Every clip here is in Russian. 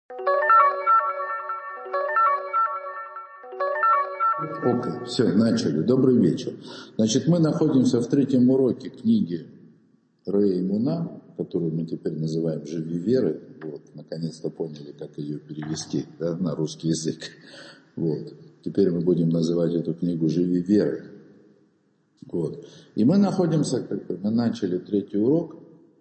Окей, все, начали. Добрый вечер. Значит, мы находимся в третьем уроке книги Ре Эмуна, которую мы теперь называем «Живи верой». Вот, наконец-то поняли, как ее перевести, да, на русский язык. Вот. Теперь мы будем называть эту книгу «Живи верой». Вот. И мы находимся, мы начали третий урок,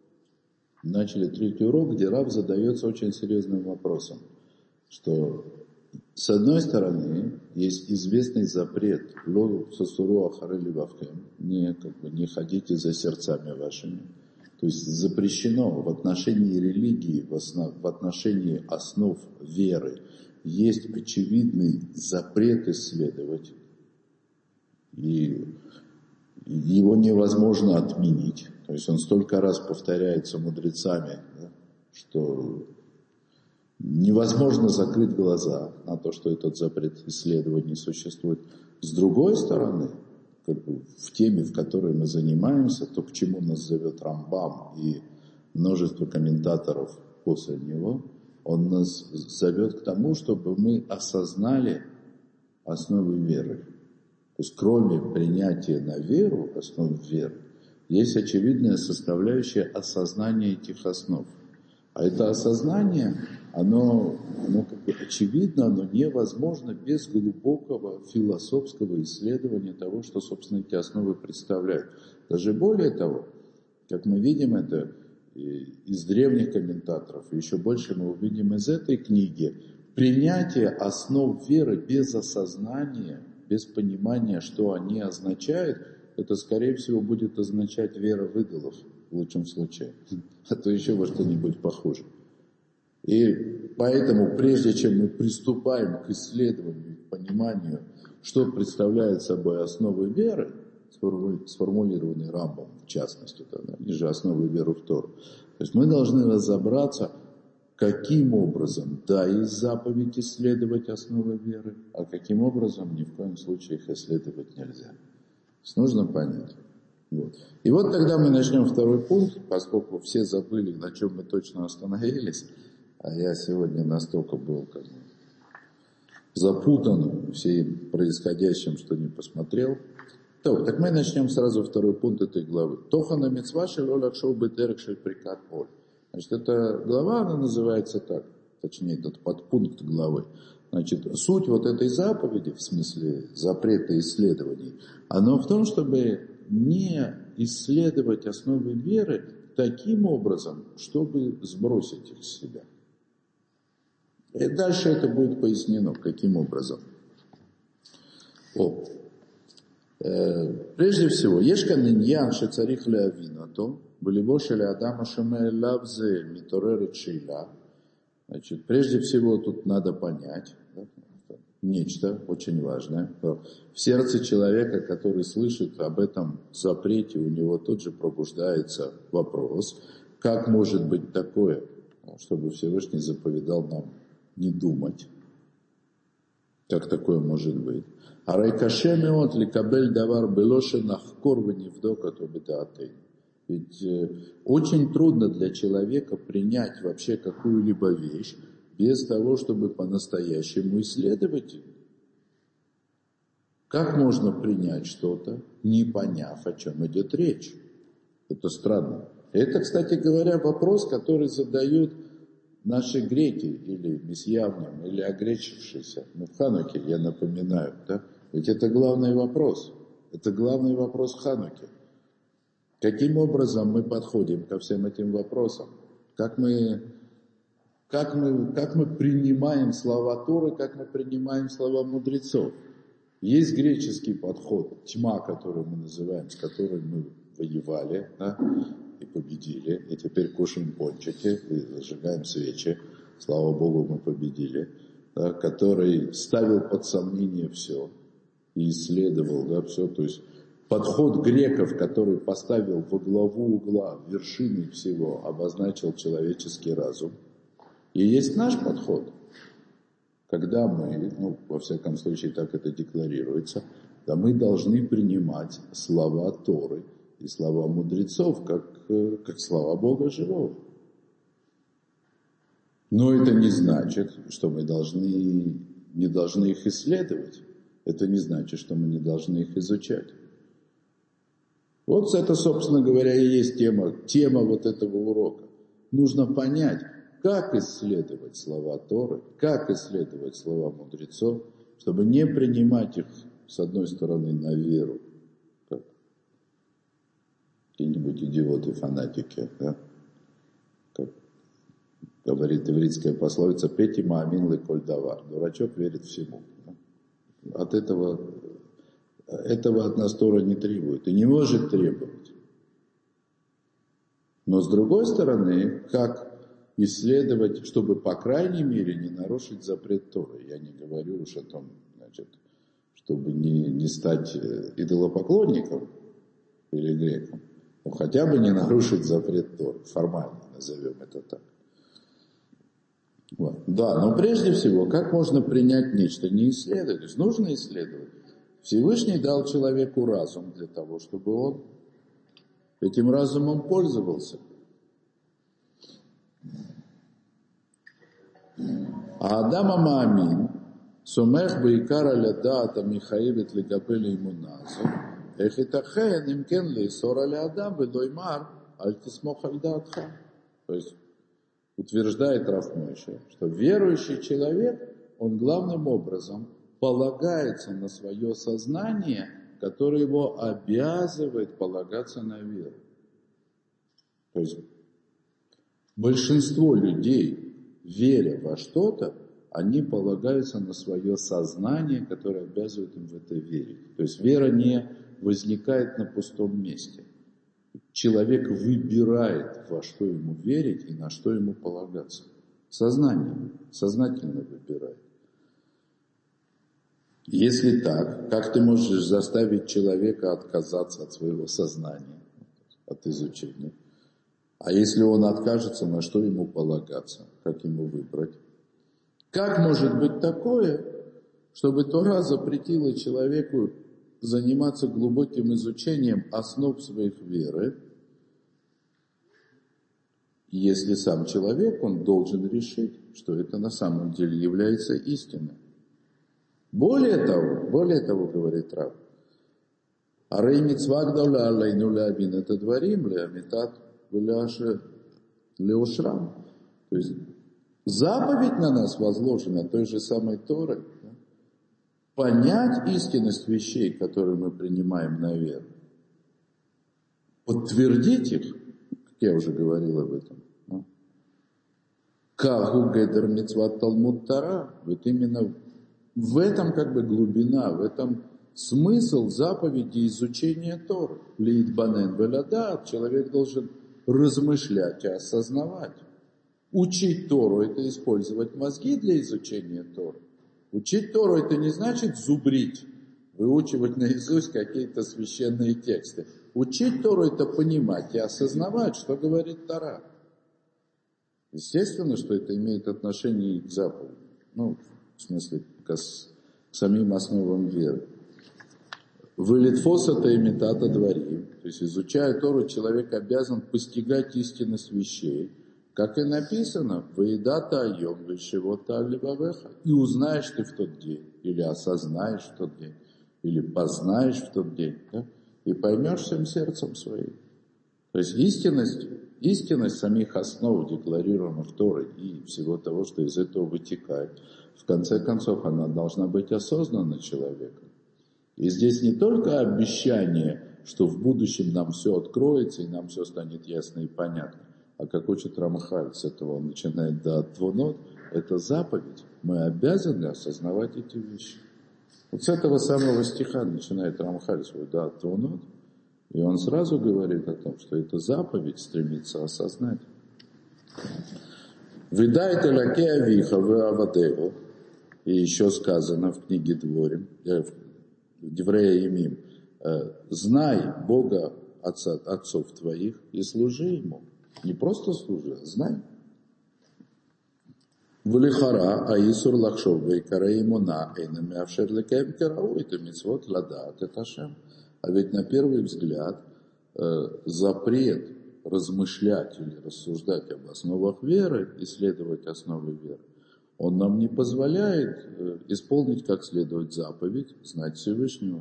где Рав задается очень серьезным вопросом, что с одной стороны есть известный запрет «Ло сосуру ахаре ливавхем», не ходите за сердцами вашими. То есть запрещено в отношении религии, в отношении основ веры, есть очевидный запрет исследовать. И его невозможно отменить. То есть он столько раз повторяется мудрецами, да, что невозможно закрыть глаза на то, что этот запрет исследований существует. С другой стороны, в теме, в которой мы занимаемся, то, к чему нас зовет Рамбам и множество комментаторов после него, он нас зовет к тому, чтобы мы осознали основы веры. То есть кроме принятия на веру, основ веры, есть очевидная составляющая осознания этих основ. А это осознание, оно очевидно, оно невозможно без глубокого философского исследования того, что, собственно, эти основы представляют. Даже более того, как мы видим это из древних комментаторов, и еще больше мы увидим из этой книги, принятие основ веры без осознания, без понимания, что они означают, это, скорее всего, будет означать вера в идолов, в лучшем случае, а то еще во что-нибудь похоже. И поэтому, прежде чем мы приступаем к исследованию, к пониманию, что представляет собой основы веры, сформулированные Рамбом, в частности, они же основы веры в Тору, то есть мы должны разобраться, каким образом, да, есть заповедь исследовать основы веры, а каким образом ни в коем случае их исследовать нельзя. Нужно понять. Вот. И вот тогда мы начнем второй пункт, поскольку все забыли, на чем мы точно остановились, а я сегодня настолько был запутан всем происходящим, что не посмотрел. Так мы начнем сразу второй пункт этой главы. Тохана мицва шель олах шоу бедерек шель прикат оль. Значит, эта глава, она называется так, точнее, этот подпункт главы. Значит, суть вот этой заповеди, в смысле запрета исследований, оно в том, чтобы не исследовать основы веры таким образом, чтобы сбросить их с себя. И дальше это будет пояснено, каким образом. Прежде всего, ешкан иньян шецарих леавинато, былибо шеле адама шаме лавзе миторерет шейла. Значит, прежде всего тут надо понять, да, нечто очень важное. В сердце человека, который слышит об этом запрете, у него тут же пробуждается вопрос, как может быть такое, чтобы Всевышний заповедал нам не думать. Как такое может быть? Арайкашемеот ликабель давар белоше нахкор веневдока тобедаатей. Ведь очень трудно для человека принять вообще какую-либо вещь без того, чтобы по-настоящему исследовать ее. Как можно принять что-то, не поняв, о чем идет речь? Это странно. Это, кстати говоря, вопрос, который задают наши греки, или месьявным, или огречившиеся. В Хануке, я напоминаю, да? Ведь это главный вопрос. Это главный вопрос Хануки. Каким образом мы подходим ко всем этим вопросам? Как мы принимаем слова Торы, как мы принимаем слова мудрецов? Есть греческий подход, тьма, которую мы называем, с которой мы воевали, да, и победили, и теперь кушаем пончики и зажигаем свечи. Слава Богу, мы победили. Да, который ставил под сомнение все и исследовал, да, все. То есть подход греков, который поставил во главу угла, вершиной всего, обозначил человеческий разум. И есть наш подход, когда мы, во всяком случае так это декларируется, да, мы должны принимать слова Торы и слова мудрецов, как слова Бога живого. Но это не значит, что мы не должны их исследовать. Это не значит, что мы не должны их изучать. Вот это, собственно говоря, и есть тема вот этого урока. Нужно понять, как исследовать слова Торы, как исследовать слова мудрецов, чтобы не принимать их, с одной стороны, на веру, как какие-нибудь идиоты-фанатики, да? Как говорит еврейская пословица, «Пети маамин ле коль давар». Дурачок верит всему. Да? От этого от нас Тора не требует и не может требовать. Но с другой стороны, как исследовать, чтобы, по крайней мере, не нарушить запрет Торы. Я не говорю уж о том, чтобы не стать идолопоклонником или греком, но хотя бы не нарушить запрет Торы, формально назовем это так. Вот. Да, но прежде всего, как можно принять нечто, не исследовать? То есть нужно исследовать. Всевышний дал человеку разум для того, чтобы он этим разумом пользовался. А Адама Маамин, сомех бейкар аля даата михаевет легапели имуназу, эхитахен имкен лейсор аля адам ведоймар аль тисмох аль даатха. То есть утверждает Рав Мойше, что верующий человек, он главным образом полагается на свое сознание, которое его обязывает полагаться на веру. То есть большинство людей, веря во что-то, они полагаются на свое сознание, которое обязывает им в это верить. То есть вера не возникает на пустом месте. Человек выбирает, во что ему верить и на что ему полагаться. Сознательно выбирает. Если так, как ты можешь заставить человека отказаться от своего сознания, от изучения? А если он откажется, на что ему полагаться, как ему выбрать? Как может быть такое, чтобы Тора запретила человеку заниматься глубоким изучением основ своих веры, если сам человек, он должен решить, что это на самом деле является истиной? Более того, говорит Рав, «Арей мицва гдола алейну леавин это дворим леамитат леошрам». То есть заповедь на нас возложена той же самой Торой. Да? Понять истинность вещей, которые мы принимаем на веру. Подтвердить их, как я уже говорил об этом. Да? Каху гедер мицват талмуд Тора. Вот именно в этом глубина, в этом смысл заповеди изучения Торы. Леитбанен веладат. Человек должен размышлять и осознавать. Учить Тору – это использовать мозги для изучения Торы. Учить Тору – это не значит зубрить, выучивать наизусть какие-то священные тексты. Учить Тору – это понимать и осознавать, что говорит Тора. Естественно, что это имеет отношение и к заповеди. В смысле, к самим основам веры. Вылитфос это имитата дворим. То есть, изучая Тору, человек обязан постигать истинность вещей, как и написано, «Воедата айом вешевота алибавеха». И узнаешь ты в тот день, или осознаешь в тот день, или познаешь в тот день, да? И поймешь всем сердцем своим. То есть истинность самих основ, декларируемых Торой, и всего того, что из этого вытекает, в конце концов, она должна быть осознана человеком. И здесь не только обещание, что в будущем нам все откроется, и нам все станет ясно и понятно, а как учит Рамхаль, с этого он начинает до Твонот, это заповедь. Мы обязаны осознавать эти вещи. Вот с этого самого стиха начинает Рамхаль свой да Твонот, и он сразу говорит о том, что это заповедь стремится осознать. «Видай телаке авиха в авадеву». И еще сказано в книге Дворим, Деврея Имим, «Знай Бога отцов твоих и служи Ему». Не просто служи, а знай. «Влихара аисур лахшов вейкара имуна эйнами авшер лекаем керау это митцвот ладаат это Ашем». А ведь на первый взгляд запрет размышлять или рассуждать об основах веры, исследовать основы веры, он нам не позволяет исполнить как следует заповедь, знать Всевышнего.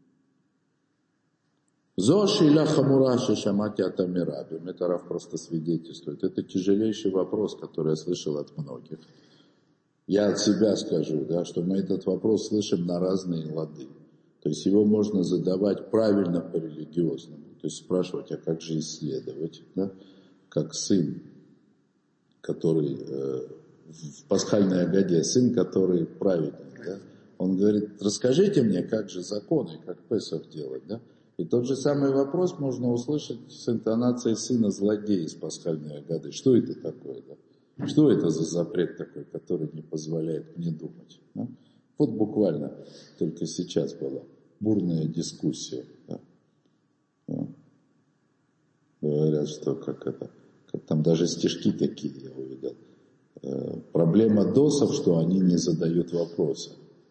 Зошиля хамураша шамати атамирабим. Это Рав просто свидетельствует. Это тяжелейший вопрос, который я слышал от многих. Я от себя скажу, да, что мы этот вопрос слышим на разные лады. То есть его можно задавать правильно по-религиозному. То есть спрашивать, а как же исследовать? Да? Как сын, который в пасхальной Агаде, сын, который праведный. Да? Он говорит, расскажите мне, как же законы, как Песах делать. Да? И тот же самый вопрос можно услышать с интонацией сына злодея из пасхальной Агады. Что это такое? Да? Что это за запрет такой, который не позволяет мне думать? Да? Вот буквально только сейчас была бурная дискуссия. Да? Да. Говорят, что как там даже стишки такие я увидел. Проблема досов, что они не задают вопросы.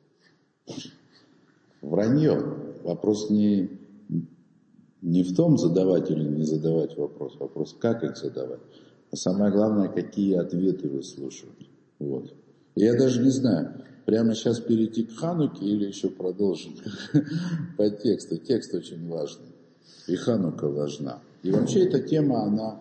Вранье. Вопрос не в том, задавать или не задавать вопрос. Вопрос, как их задавать. А самое главное, какие ответы вы слушаете. Вот. Я даже не знаю, прямо сейчас перейти к Хануке или еще продолжить по тексту. Текст очень важный. И Ханука важна. И вообще эта тема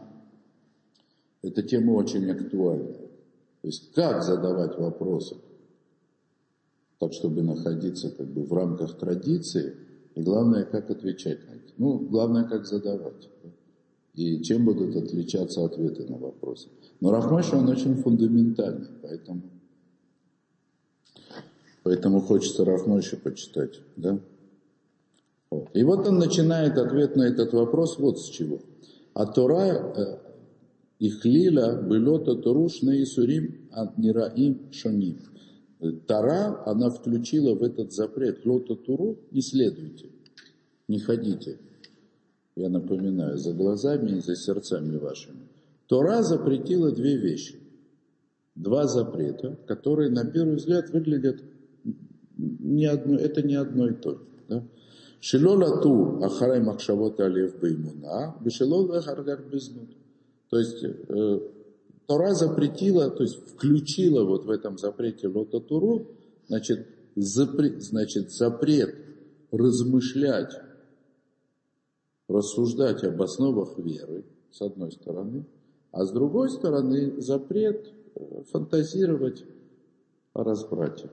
очень актуальна. То есть как задавать вопросы, так чтобы находиться как бы в рамках традиции, и главное, как отвечать на это. Ну, главное, как задавать. И чем будут отличаться ответы на вопросы. Но Рав Моше, он очень фундаментальный, поэтому хочется Рав Моше почитать. Да? Вот. И вот он начинает ответ на этот вопрос вот с чего. А Тора ихлила былота туруш на Исурим от Нираим Шоним. Тора, она включила в этот запрет лота туру, не следуйте, не ходите. Я напоминаю, за глазами и за сердцами вашими. Тора запретила две вещи. Два запрета, которые на первый взгляд выглядят это не одно и то же. Да? Шилолату ахарай махшавот алев беймуна, бешилол вехаргар безнут. То есть Тора запретила, то есть включила вот в этом запрете лота туру, значит запрет размышлять, рассуждать об основах веры, с одной стороны, а с другой стороны запрет фантазировать о разврате.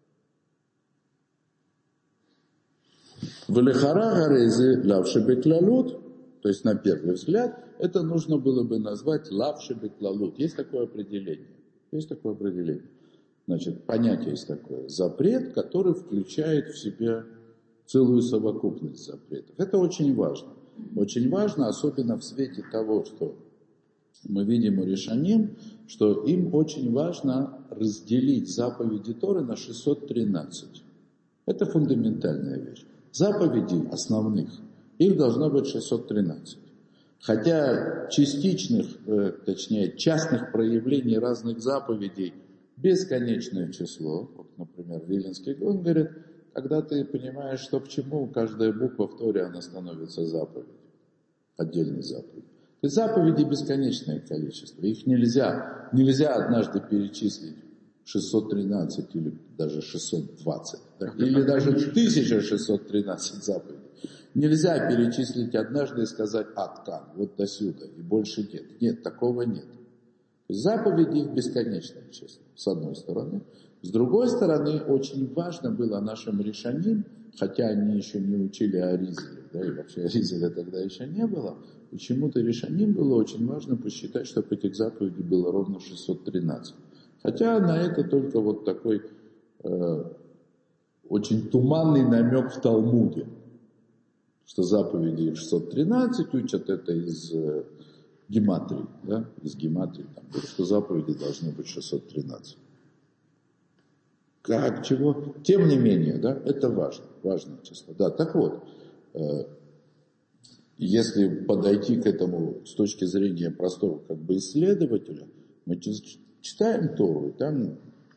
Велехара гарези лавши беклалут, то есть на первый взгляд, это нужно было бы назвать лавши беклалут. Есть такое определение. Значит, понятие есть такое. Запрет, который включает в себя целую совокупность запретов. Это очень важно. Очень важно, особенно в свете того, что мы видим у Ришаним, что им очень важно разделить заповеди Торы на 613. Это фундаментальная вещь. Заповедей основных, их должно быть 613. Хотя частичных, частных проявлений разных заповедей бесконечное число. Вот, например, Виленский Гаон говорит, когда ты понимаешь, что к чему, каждая буква в Торе, она становится заповедью, отдельной заповедью. То есть заповедей бесконечное количество, их нельзя однажды перечислить 613 или даже 620, да? Или даже 1613 заповедей. Нельзя перечислить однажды и сказать «Аткан», вот до сюда, и больше нет. Нет, такого нет. Заповеди их бесконечное число, с одной стороны. С другой стороны, очень важно было нашим решаниям, хотя они еще не учили Аризеле, да, и вообще Аризеля тогда еще не было, почему-то решаниям было очень важно посчитать, чтобы этих заповедей было ровно 613. Хотя на это только вот такой очень туманный намек в Талмуде, что заповеди 613 учат это из гематрии, да, из гематрии, там, что заповеди должны быть 613. Как, чего? Тем не менее, да, это важное число. Да, так вот, если подойти к этому с точки зрения простого как бы исследователя, мы читаем Тору, и там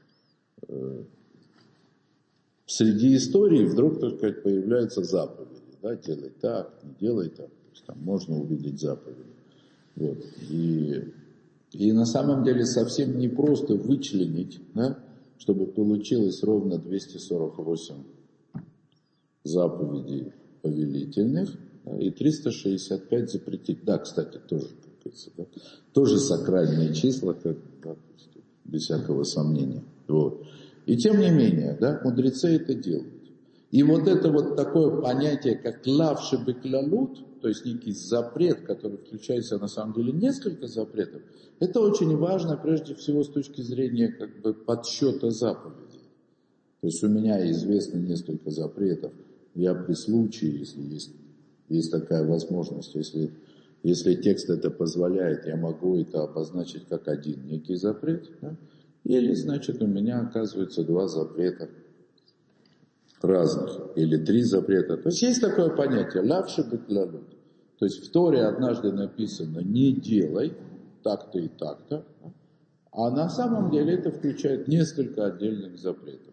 среди истории вдруг, так сказать, появляются заповеди. Да, делай так, не делай так. То есть, там можно увидеть заповеди. Вот. И на самом деле совсем не просто вычленить, да, чтобы получилось ровно 248 заповедей повелительных, да, и 365 запретительных. Да, кстати, тоже, как говорится, да, тоже сакральные числа, как, да, без всякого сомнения. Вот. И тем не менее, да, мудрецы это делают. И вот это вот такое понятие, как лав шебеклалут, то есть некий запрет, который включается на самом деле несколько запретов, это очень важно прежде всего с точки зрения как бы подсчета заповедей. То есть у меня известно несколько запретов. Я при случае, если есть такая возможность, если текст это позволяет, я могу это обозначить как один некий запрет, да? Или, значит, у меня оказывается два запрета разных, или три запрета. То есть есть такое понятие лав шебеклалут. То есть в Торе однажды написано «не делай так-то и так-то», а на самом деле это включает несколько отдельных запретов.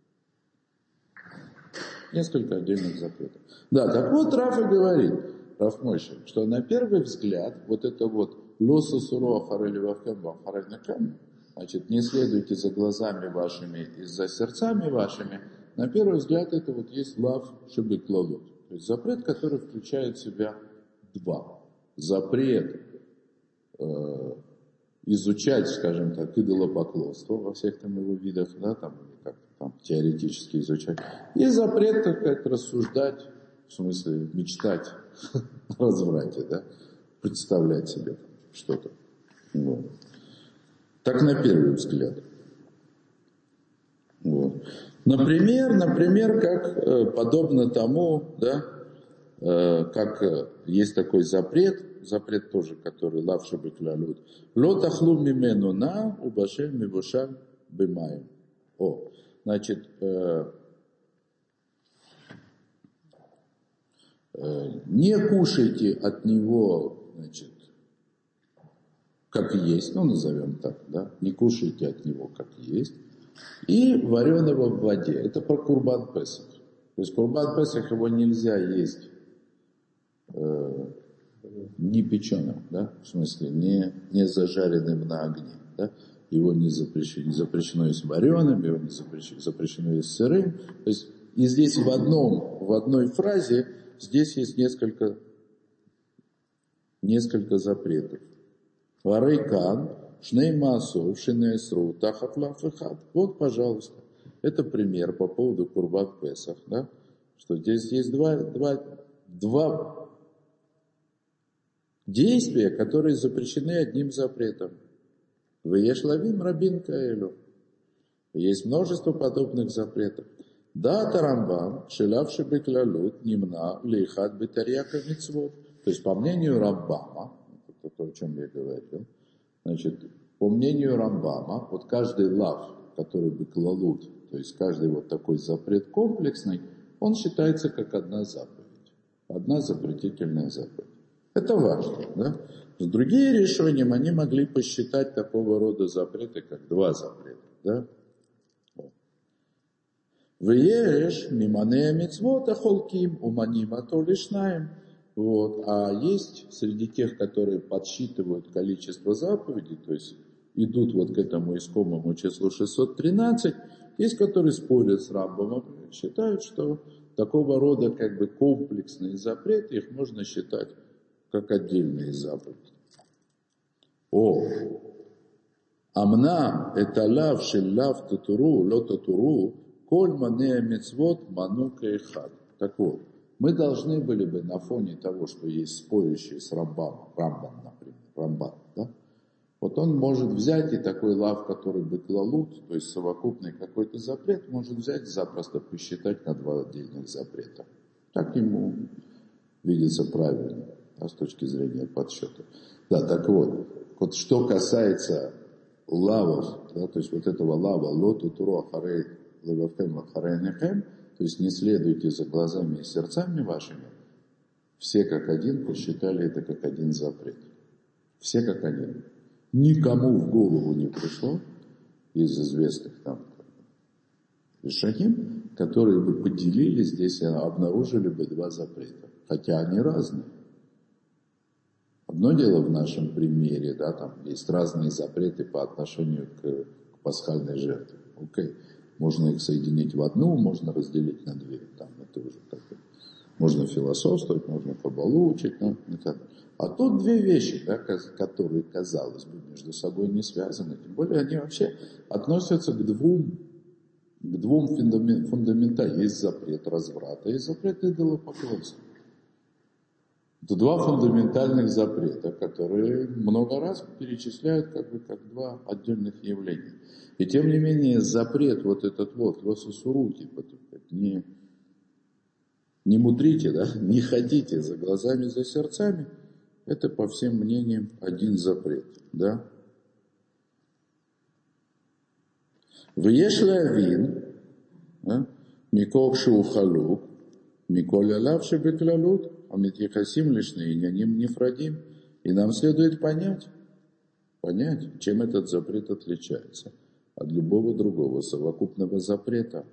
Несколько отдельных запретов. Да, так вот Раф и говорит, Раф Мойше, что на первый взгляд вот это вот «лосу суро ахарели вавкем вахарель накам», значит, не следуйте за глазами вашими и за сердцами вашими, на первый взгляд это вот есть лав шебеклалут. То есть запрет, который включает в себя два. Запрет изучать, скажем так, идолопоклонство во всех там его видах, да, там, или как-то там теоретически изучать. И запрет, так сказать, рассуждать, в смысле мечтать о разврате, да, представлять себе что-то. Вот. Так на первый взгляд. Вот. Например, как подобно тому, да, как есть такой запрет тоже, который лав шебеклалут. Ло тахлу мимену на убашель мивушаль бимаем. Значит, не кушайте от него, значит, как есть, ну назовем так, да, не кушайте от него как есть, и вареного в воде. Это про Курбан Песах. То есть Курбан Песах его нельзя есть не печеным, да, в смысле не зажаренным на огне, да, его не запрещено есть вареным, его не запрещено есть сырым. То есть и здесь в одной фразе здесь есть несколько запретов. Варейкан, шней маасов, шинесру, тахат лав эхад. Вот, пожалуйста, это пример по поводу Курбан Песах, да, что здесь есть два действия, которые запрещены одним запретом. Вееш лавим рабин каэлю. Есть множество подобных запретов. Да, Тарамбам, шелав шебеклалут, нимна, лейхат бетарьяка мицвот. То есть, по мнению Рамбама, это то, о чем я говорил, значит, по мнению Рамбама, вот каждый лав, который беклалут, то есть каждый вот такой запрет комплексный, он считается как одна заповедь. Одна запретительная заповедь. Это важно, да? С другие решения они могли посчитать такого рода запреты, как два запрета, да? Вееш миманея мицвот ахолким уманим ато лишнаем. Вот. А есть среди тех, которые подсчитывают количество заповедей, то есть идут вот к этому искомому числу 613, есть, которые спорят с Рамбамом, считают, что такого рода как бы комплексные запреты, их можно считать как отдельные заповеди. Амнам это лав шель лав татуру, ло татуру, коль манея мицвот манука и хад. Так вот, мы должны были бы на фоне того, что есть спорящие с Рамбам, например, Рамбам, да? Вот он может взять и такой лав, который беклалут, то есть совокупный какой-то запрет, может взять запросто посчитать на два отдельных запрета. Так ему видится правильно, да, с точки зрения подсчета. Да, так вот что касается лавов, да, то есть вот этого лава, лоту туру ахарей лававкем ахарей нехем, то есть не следуйте за глазами и сердцами вашими, все как один посчитали это как один запрет. Все как один. Никому в голову не пришло из известных там решений, которые бы поделили здесь и обнаружили бы два запрета. Хотя они разные. Одно дело в нашем примере, да, там есть разные запреты по отношению к пасхальной жертве. Окей. Можно их соединить в одну, можно разделить на две. Там это уже как-то. Можно философствовать, можно кабалу учить. А тут две вещи, да, которые, казалось бы, между собой не связаны. Тем более они вообще относятся к двум фундаментам. Есть запрет разврата, есть запрет идолопоклонства. Это два фундаментальных запрета, которые много раз перечисляют как два отдельных явления. И тем не менее запрет вот этот вот, лососуруки, не мудрите, да, не ходите за глазами, за сердцами, это по всем мнениям один запрет, да. Веш лавин, микол шоухалук, миколь алавши беклалут, а митихасим лишний няним нефрадим. И нам следует понять, чем этот запрет отличается от любого другого совокупного запрета.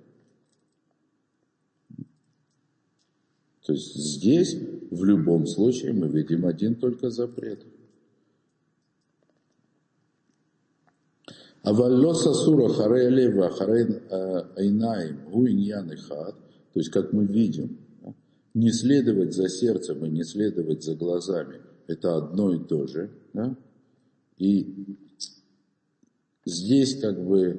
То есть здесь в любом случае мы видим один только запрет. Авалло сасура харей лева харей айнаим гуиньян ихад. То есть, как мы видим, не следовать за сердцем и не следовать за глазами – это одно и то же. Да? И здесь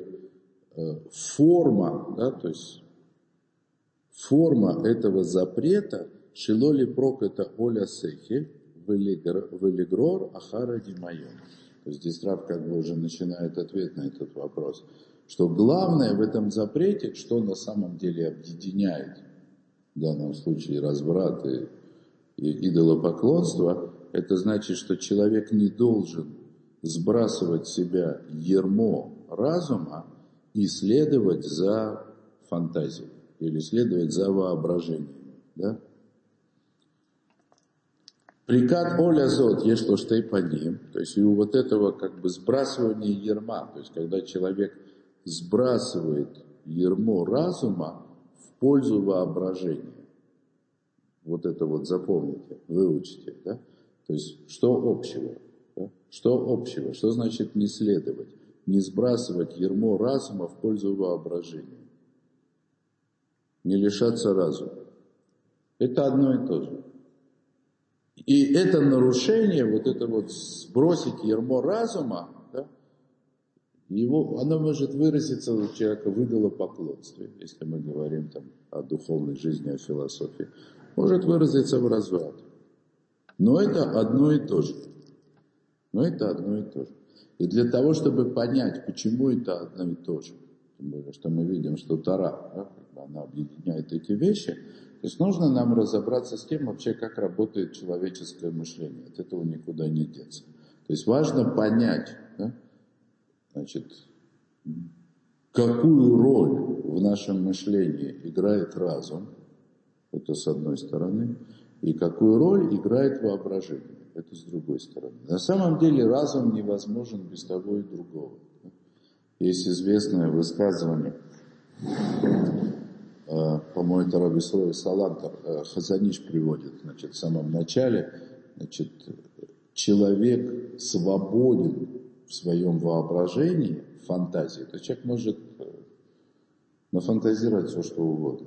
форма, да, то есть форма этого запрета шилоли прок это оля сехи велигрор ахара димайон. То есть здесь Рав уже начинает ответ на этот вопрос, что главное в этом запрете, что на самом деле объединяет в данном случае разврат и идолопоклонство, это значит, что человек не должен сбрасывать с себя ярмо разума и следовать за фантазией или следовать за воображением. Да? Прикат оля зот есть то, что и по ним. То есть и у вот этого сбрасывания ярма, то есть когда человек сбрасывает ярмо разума в пользу воображения. Вот это вот запомните, выучите, да? То есть что общего? Да? Что общего? Что значит не следовать? Не сбрасывать ярмо разума в пользу воображения. Не лишаться разума. Это одно и то же. И это нарушение, вот это вот сбросить ярмо разума, да, оно может выразиться у человека в идолопоклонстве, если мы говорим там о духовной жизни, о философии. Может выразиться в разврате. Но это одно и то же. И для того, чтобы понять, почему это одно и то же, тем более, что мы видим, что Тора, да, она объединяет эти вещи, то есть нужно нам разобраться с тем вообще, как работает человеческое мышление. От этого никуда не деться. То есть важно понять, да, значит, какую роль в нашем мышлении играет разум, это с одной стороны, и какую роль играет воображение, это с другой стороны. На самом деле разум невозможен без того и другого. Есть известное высказывание, по-моему, это Рав Исроэль Салантер, Хазаниш приводит, значит, в самом начале, значит, человек свободен в своем воображении, фантазии, то человек может нафантазировать все, что угодно.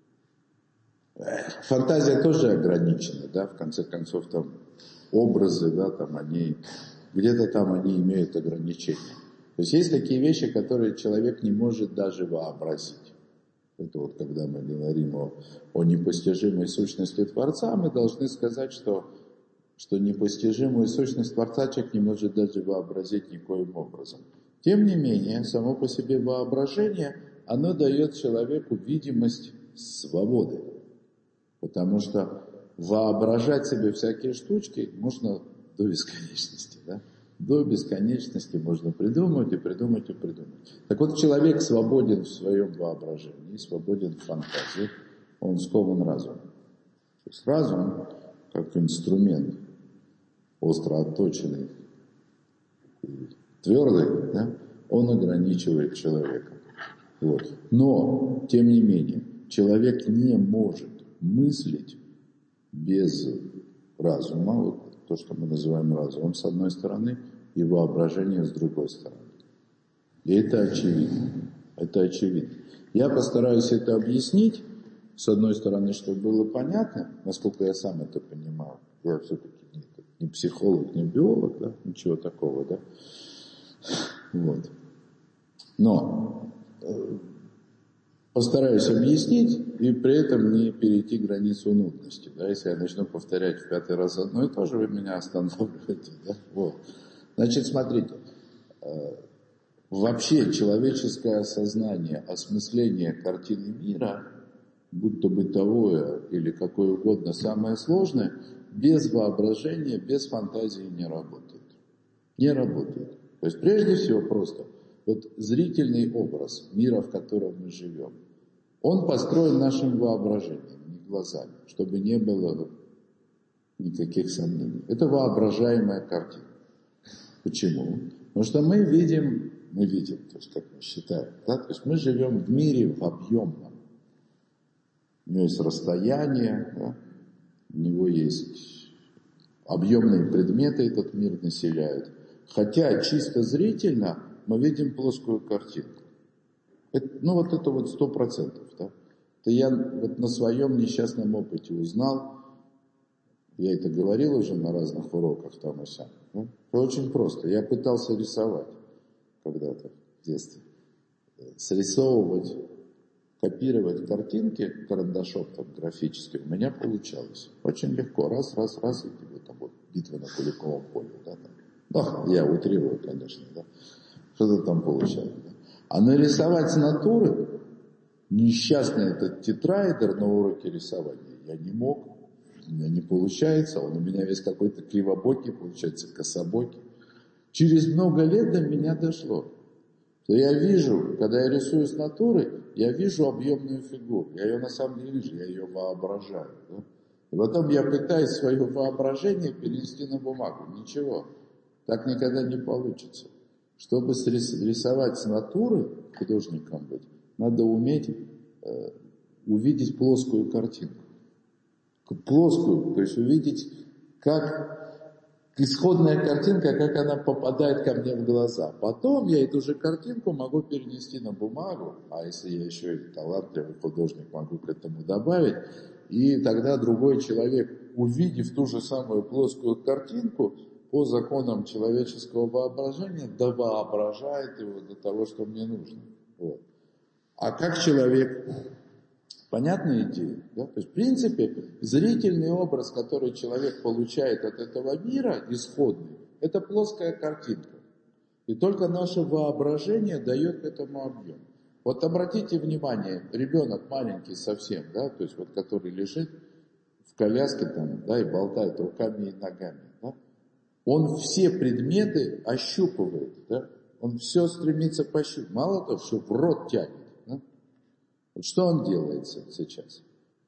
Фантазия тоже ограничена, да, в конце концов, там, образы, да, там, где-то там они имеют ограничения. То есть есть такие вещи, которые человек не может даже вообразить. Это вот когда мы говорим о непостижимой сущности Творца, мы должны сказать, что непостижимую сущность Творца человек не может даже вообразить никоим образом. Тем не менее, само по себе воображение, оно дает человеку видимость свободы. Потому что воображать себе всякие штучки можно до бесконечности. Да? До бесконечности можно придумать и придумать и придумать. Так вот, человек свободен в своем воображении, свободен в фантазии, он скован разумом. То есть разум, как инструмент, остро отточенный, твердый, да, он ограничивает человека. Вот. Но, тем не менее, человек не может мыслить без разума. Вот то, что мы называем разумом с одной стороны, и воображение с другой стороны. И это очевидно. Это очевидно. Я постараюсь это объяснить, с одной стороны, чтобы было понятно, насколько я сам это понимаю. Я все-таки не психолог, не биолог, да, ничего такого, да. Вот. Но постараюсь объяснить и при этом не перейти границу нудности. Да? Если я начну повторять в 5-й раз одно и то же, вы меня останавливаете. Да? Вот. Значит, смотрите. Вообще человеческое осознание, осмысление картины мира, будь то бытовое или какое угодно, самое сложное, без воображения, без фантазии не работает. Не работает. То есть прежде всего просто вот зрительный образ мира, в котором мы живем, он построен нашим воображением, не глазами, чтобы не было никаких сомнений. Это воображаемая картина. Почему? Потому что мы видим, то есть как мы считаем, да? То есть мы живем в мире в объемном. У него есть расстояние, да? У него есть объемные предметы, этот мир населяют. Хотя чисто зрительно мы видим плоскую картинку. Это, вот это 100%. Да? Это я вот на своем несчастном опыте узнал. Я это говорил уже на разных уроках там и сям. Да? Это очень просто. Я пытался рисовать когда-то в детстве. Срисовывать, копировать картинки карандашом там, графически у меня получалось. Очень легко. Раз, и тебе там вот битва на Куликовом поле. Да, там. Я утрирую, конечно, да. Что-то там получалось. Да. А нарисовать с натуры, несчастный этот тетрайдер на уроке рисования, я не мог. У меня не получается. Он у меня весь какой-то кривобокий, получается, кособокий. Через много лет до меня дошло, что я вижу, когда я рисую с натуры, я вижу объемную фигуру. Я ее на самом деле вижу, я ее воображаю. Да? И потом я пытаюсь свое воображение перенести на бумагу. Ничего, так никогда не получится. Чтобы рисовать с натуры, художником быть, надо уметь увидеть плоскую картинку. Плоскую, то есть увидеть, как исходная картинка, как она попадает ко мне в глаза. Потом я эту же картинку могу перенести на бумагу, а если я еще и талантливый художник, могу к этому добавить, и тогда другой человек, увидев ту же самую плоскую картинку, по законам человеческого воображения, довоображает его до того, что мне нужно. Вот. А как человек... Понятная идея? Да? То есть, в принципе, зрительный образ, который человек получает от этого мира, исходный, это плоская картинка. И только наше воображение дает этому объем. Вот обратите внимание, ребенок маленький совсем, да, то есть вот который лежит в коляске там, да, и болтает руками и ногами, да, он все предметы ощупывает, да, он все стремится пощупать. Мало того, что в рот тянет. Вот что он делает сейчас?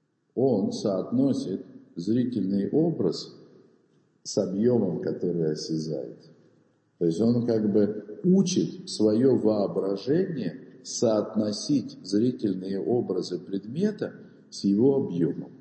Он соотносит зрительный образ с объемом, который осязает. То есть он как бы учит свое воображение соотносить зрительные образы предмета с его объемом.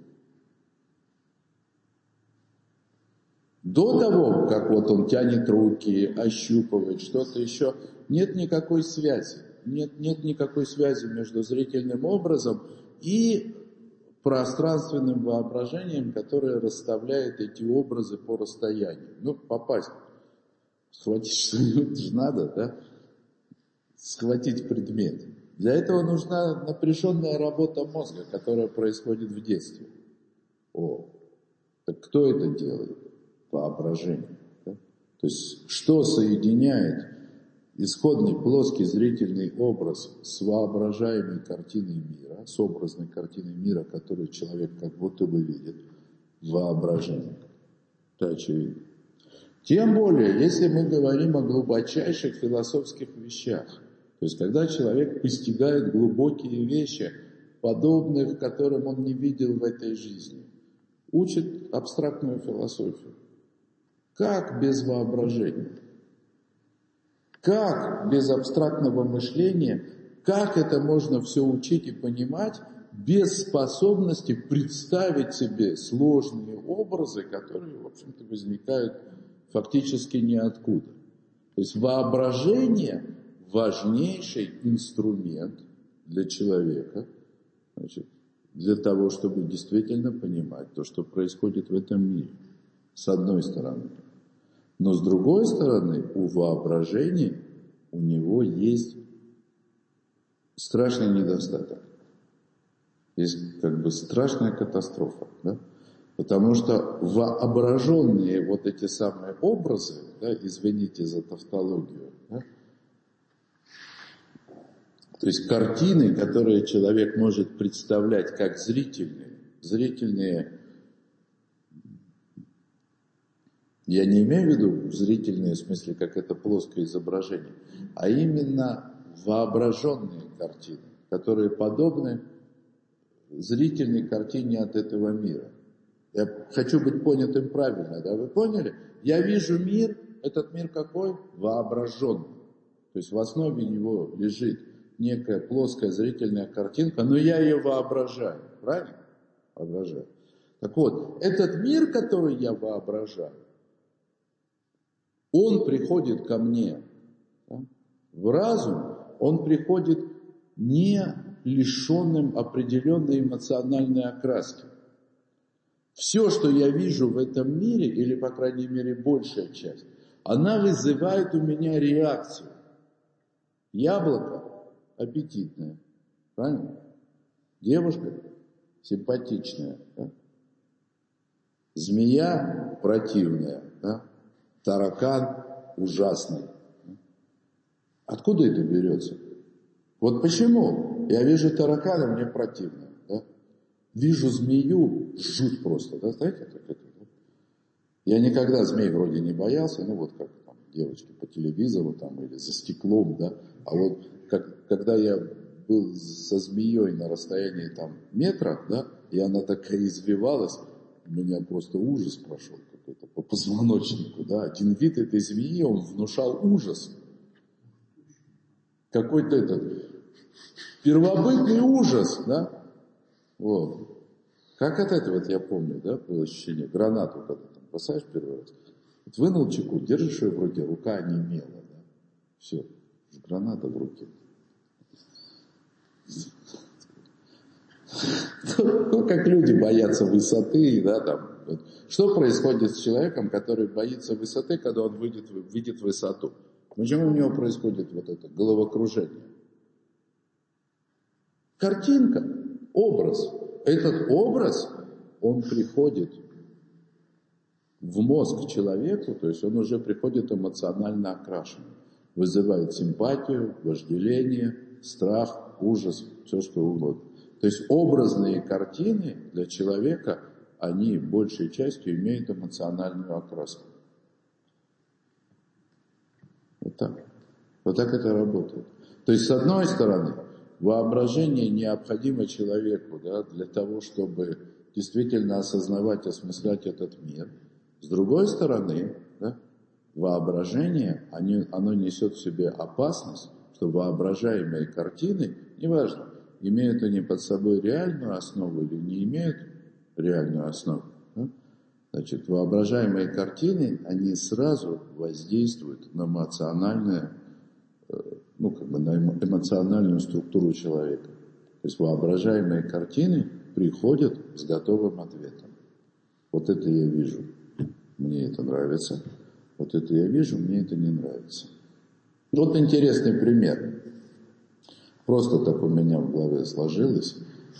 До того, как вот он тянет руки, ощупывает что-то еще, нет никакой связи. Нет никакой связи между зрительным образом и пространственным воображением, которое расставляет эти образы по расстоянию. Попасть, схватить что-нибудь же надо, да? Схватить предмет. Для этого нужна напряженная работа мозга, которая происходит в детстве. Так кто это делает? Воображение. Да? То есть, что соединяет исходный плоский зрительный образ с воображаемой картиной мира, с образной картиной мира, которую человек как будто бы видит, воображение. Это очевидно. Тем более, если мы говорим о глубочайших философских вещах, то есть когда человек постигает глубокие вещи, подобных которым он не видел в этой жизни, учит абстрактную философию. Как без воображения? Как без абстрактного мышления, как это можно все учить и понимать без способности представить себе сложные образы, которые, в общем-то, возникают фактически ниоткуда. То есть воображение – важнейший инструмент для человека, значит, для того, чтобы действительно понимать то, что происходит в этом мире, с одной стороны. Но с другой стороны, у воображения у него есть страшный недостаток. Есть как бы страшная катастрофа, да? Потому что воображенные вот эти самые образы, да, извините за тавтологию, да, то есть картины, которые человек может представлять как зрительные, я не имею в виду зрительные в смысле, как это плоское изображение, а именно воображенные картины, которые подобны зрительной картине от этого мира. Я хочу быть понятым правильно, да, вы поняли? Я вижу мир, этот мир какой? Воображенный. То есть в основе него лежит некая плоская зрительная картинка, но я ее воображаю, правильно? Воображаю. Так вот, этот мир, который я воображаю, он приходит ко мне, да, в разум, он приходит не лишенным определенной эмоциональной окраски. Все, что я вижу в этом мире, или, по крайней мере, большая часть, она вызывает у меня реакцию. Яблоко аппетитное, правильно? Девушка симпатичная, да? Змея противная, да? Таракан ужасный. Откуда это берется? Вот почему я вижу таракана, мне противно, да? Вижу змею, жуть просто, да, знаете, как это, да? Я никогда змей вроде не боялся, ну вот как там девочки по телевизору там или за стеклом, да, а вот когда я был со змеей на расстоянии там метра, да, и она такая извивалась, у меня просто ужас прошел какой-то по позвоночнику, да, один вид этой змеи, он внушал ужас. Какой-то этот первобытный ужас, да. Вот. Как от этого, вот я помню, да, было ощущение, гранату, когда там бросаешь первый раз, вот вынул чеку, держишь ее в руке, рука онемела, да, все, граната в руке. Ну, как люди боятся высоты, да, там. Вот. Что происходит с человеком, который боится высоты, когда он видит высоту? Почему у него происходит вот это головокружение? Картинка, образ. Этот образ, он приходит в мозг человеку, то есть он уже приходит эмоционально окрашенным. Вызывает симпатию, вожделение, страх, ужас, все что угодно. То есть образные картины для человека, они большей частью имеют эмоциональную окраску. Вот так. Вот так это работает. То есть, с одной стороны, воображение необходимо человеку, да, для того, чтобы действительно осознавать, осмыслять этот мир. С другой стороны, да, воображение, оно несет в себе опасность, что воображаемые картины, неважно, имеют они под собой реальную основу или не имеют реальную основу, да? Значит, воображаемые картины, они сразу воздействуют на эмоциональное, ну, как бы на эмоциональную структуру человека. То есть воображаемые картины приходят с готовым ответом. Вот это я вижу, мне это нравится. Вот это я вижу, мне это не нравится. Вот интересный пример. Просто так у меня в голове сложилось.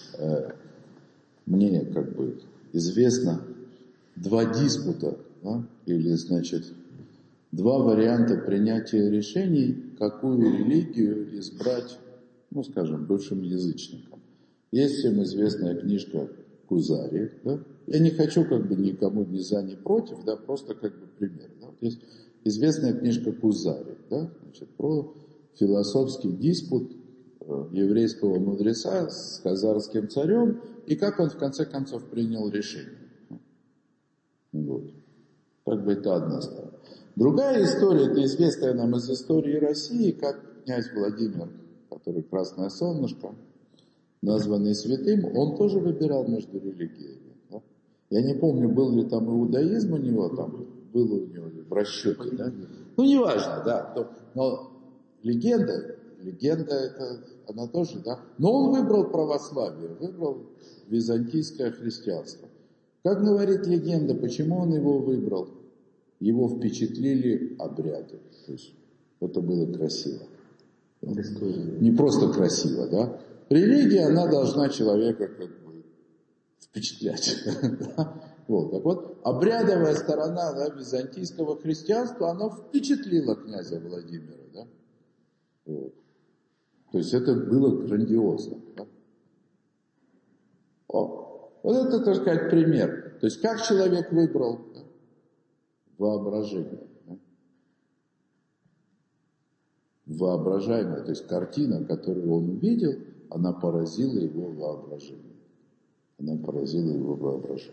Мне как бы известно два диспута, да? Или, значит, два варианта принятия решений, какую религию избрать, ну, скажем, бывшим язычникам. Есть всем известная книжка Кузари, да? Я не хочу как бы никому ни за, ни против, да, просто как бы пример. Да? Вот есть известная книжка Кузари, да? Значит, про философский диспут еврейского мудреца с хазарским царем и как он в конце концов принял решение. Вот. Как бы это одна сторона. Другая история, это известная нам из истории России, как князь Владимир, который Красное Солнышко, названный святым, он тоже выбирал между религиями. Да? Я не помню, был ли там иудаизм у него, там было у него в расчете, да? Ну, неважно, да. Но легенда это, она тоже, да. Но он выбрал православие, выбрал византийское христианство. Как говорит легенда, почему он его выбрал? Его впечатлили обряды. То есть это было красиво. Не просто красиво, да. Религия, она должна человека как бы впечатлять. Вот. Так вот, обрядовая сторона, да, византийского христианства, она впечатлила князя Владимира. Да? Вот. То есть это было грандиозно. Да? Вот это, так сказать, пример. То есть как человек выбрал, да? Воображение. Да? Воображаемое, то есть картина, которую он увидел, она поразила его воображение. Она поразила его воображение.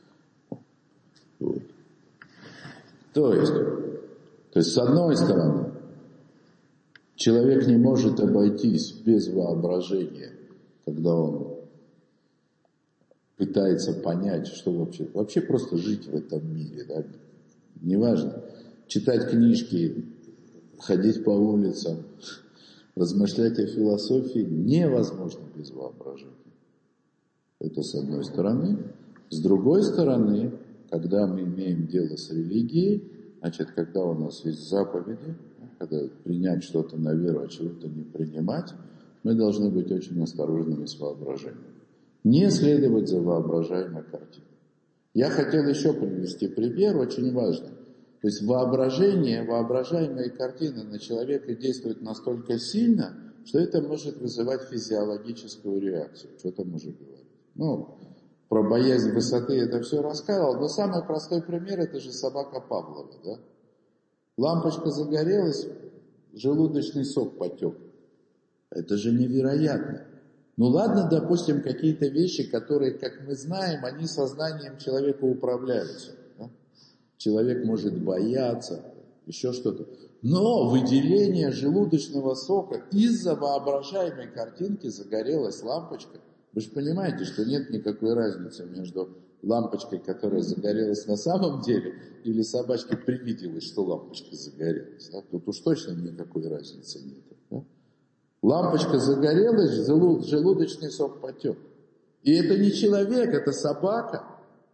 Вот. То есть, с одной стороны, человек не может обойтись без воображения, когда он пытается понять, что вообще просто жить в этом мире, да? Неважно, читать книжки, ходить по улицам, размышлять о философии невозможно без воображения. Это с одной стороны. С другой стороны, когда мы имеем дело с религией, значит, когда у нас есть заповеди, когда принять что-то на веру, а чего-то не принимать, мы должны быть очень осторожными с воображением. Не следовать за воображаемой картиной. Я хотел еще привести пример, очень важный. То есть воображаемые картины на человека действуют настолько сильно, что это может вызывать физиологическую реакцию. Что там уже говорить? Про боязнь высоты это все рассказывал, но самый простой пример — это же собака Павлова, да? Лампочка загорелась, желудочный сок потек. Это же невероятно. Ну ладно, допустим, какие-то вещи, которые, как мы знаем, они сознанием человека управляются. Да? Человек может бояться, еще что-то. Но выделение желудочного сока из-за воображаемой картинки загорелась лампочка. Вы же понимаете, что нет никакой разницы между лампочкой, которая загорелась на самом деле, или собачке привиделось, что лампочка загорелась. Да? Тут уж точно никакой разницы нет. Да? Лампочка загорелась, желудочный сок потек. И это не человек, это собака.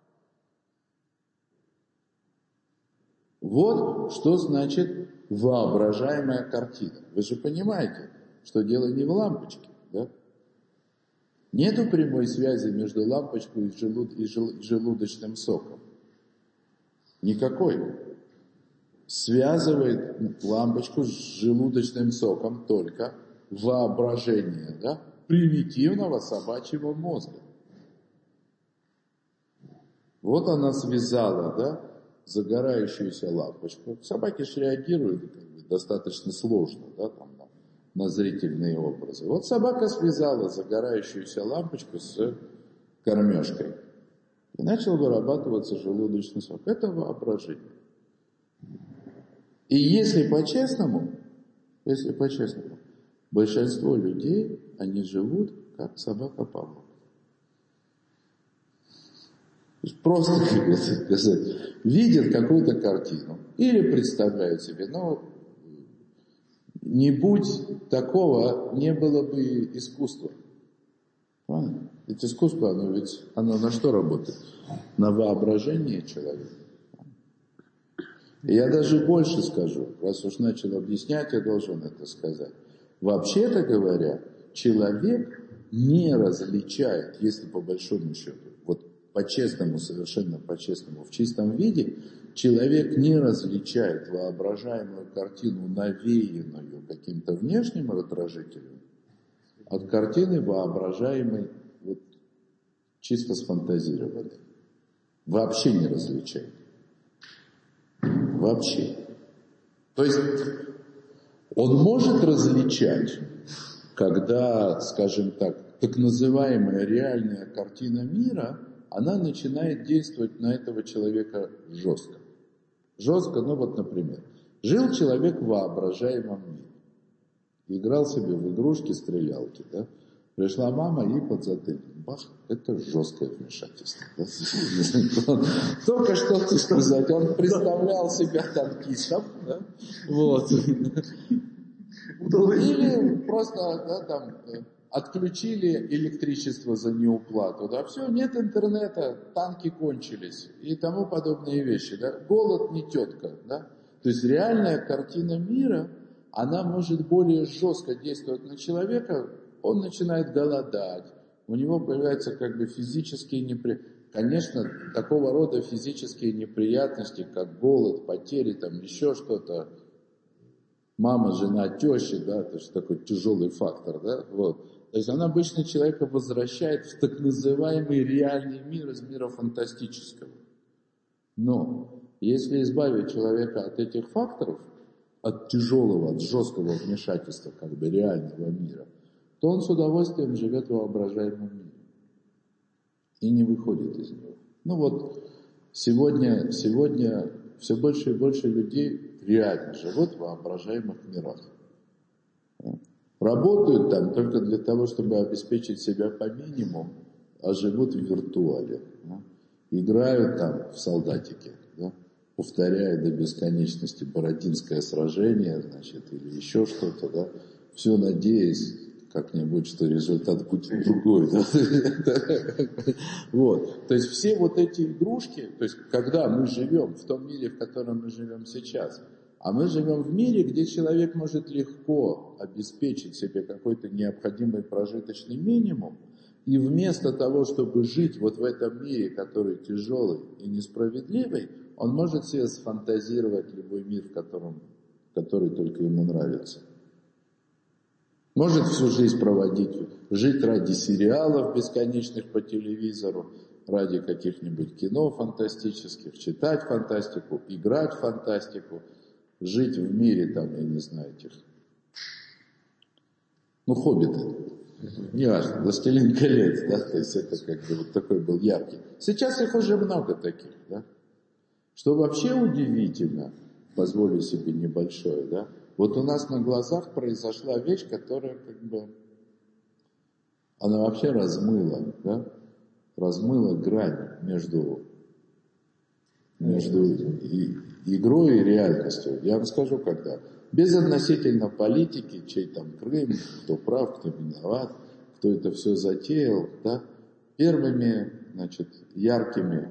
Вот что значит воображаемая картина. Вы же понимаете, что дело не в лампочке, да? Нету прямой связи между лампочкой и желудочным соком. Никакой. Связывает лампочку с желудочным соком только воображение, да, примитивного собачьего мозга. Вот она связала, да, загорающуюся лампочку. Собаки же реагируют достаточно сложно, да, там, на зрительные образы. Вот собака связала загорающуюся лампочку с кормежкой. И начал вырабатываться желудочный сок. Это воображение. И если по-честному, большинство людей, они живут как собака Павлова. Просто, как сказать, видят какую-то картину или представляют себе, не будь такого, не было бы искусства. Правильно? Ведь искусство, оно на что работает? На воображение человека. И я даже больше скажу, раз уж начал объяснять, я должен это сказать. Вообще-то говоря, человек не различает, если по большому счету, вот по-честному, совершенно по-честному, в чистом виде, человек не различает воображаемую картину, навеянную каким-то внешним раздражителем, от картины воображаемой, вот, чисто сфантазированной. Вообще не различает. Вообще. То есть он может различать, когда, скажем так называемая реальная картина мира, она начинает действовать на этого человека жестко. Жестко, например, жил человек в воображаемом мире. Играл себе в игрушки, стрелялки, да? Пришла мама и подзатыльник. Бах, это жесткое вмешательство. Да? Только что, так сказать, он представлял себя танкистом. Да? Вот. Или просто да, там, отключили электричество за неуплату. Да? Все, нет интернета, танки кончились и тому подобные вещи. Да? Голод не тетка. Да? То есть реальная картина мира, она может более жестко действовать на человека. Он начинает голодать, у него появляются как бы физические неприятности. Конечно, такого рода физические неприятности, как голод, потери, там еще что-то, мама, жена, теща, да, это же такой тяжелый фактор, да, вот. То есть она обычно человека возвращает в так называемый реальный мир из мира фантастического. Но если избавить человека от этих факторов, от тяжелого, от жесткого вмешательства как бы реального мира, то он с удовольствием живет в воображаемом мире и не выходит из него. Ну вот, сегодня все больше и больше людей реально живут в воображаемых мирах. Работают там только для того, чтобы обеспечить себя по минимуму, а живут в виртуале. Играют там в солдатики, да, повторяя до бесконечности Бородинское сражение, значит, или еще что-то, да, все надеясь как-нибудь, что результат будет другой. Да? Вот. То есть все вот эти игрушки, то есть когда мы живем в том мире, в котором мы живем сейчас, а мы живем в мире, где человек может легко обеспечить себе какой-то необходимый прожиточный минимум, и вместо того, чтобы жить вот в этом мире, который тяжелый и несправедливый, он может себе сфантазировать любой мир, который только ему нравится. Может всю жизнь проводить, жить ради сериалов бесконечных по телевизору, ради каких-нибудь кино фантастических, читать фантастику, играть в фантастику, жить в мире, там, я не знаю, этих, хоббиты, неважно, «Властелин колец», да, то есть это как бы вот такой был яркий. Сейчас их уже много таких, да. Что вообще удивительно, позволю себе небольшое, да, вот у нас на глазах произошла вещь, которая как бы, она вообще размыла, да, размыла грань между игрой и реальностью. Я вам скажу, когда. Безотносительно политики, чей там Крым, кто прав, кто виноват, кто это все затеял, да, первыми, значит, яркими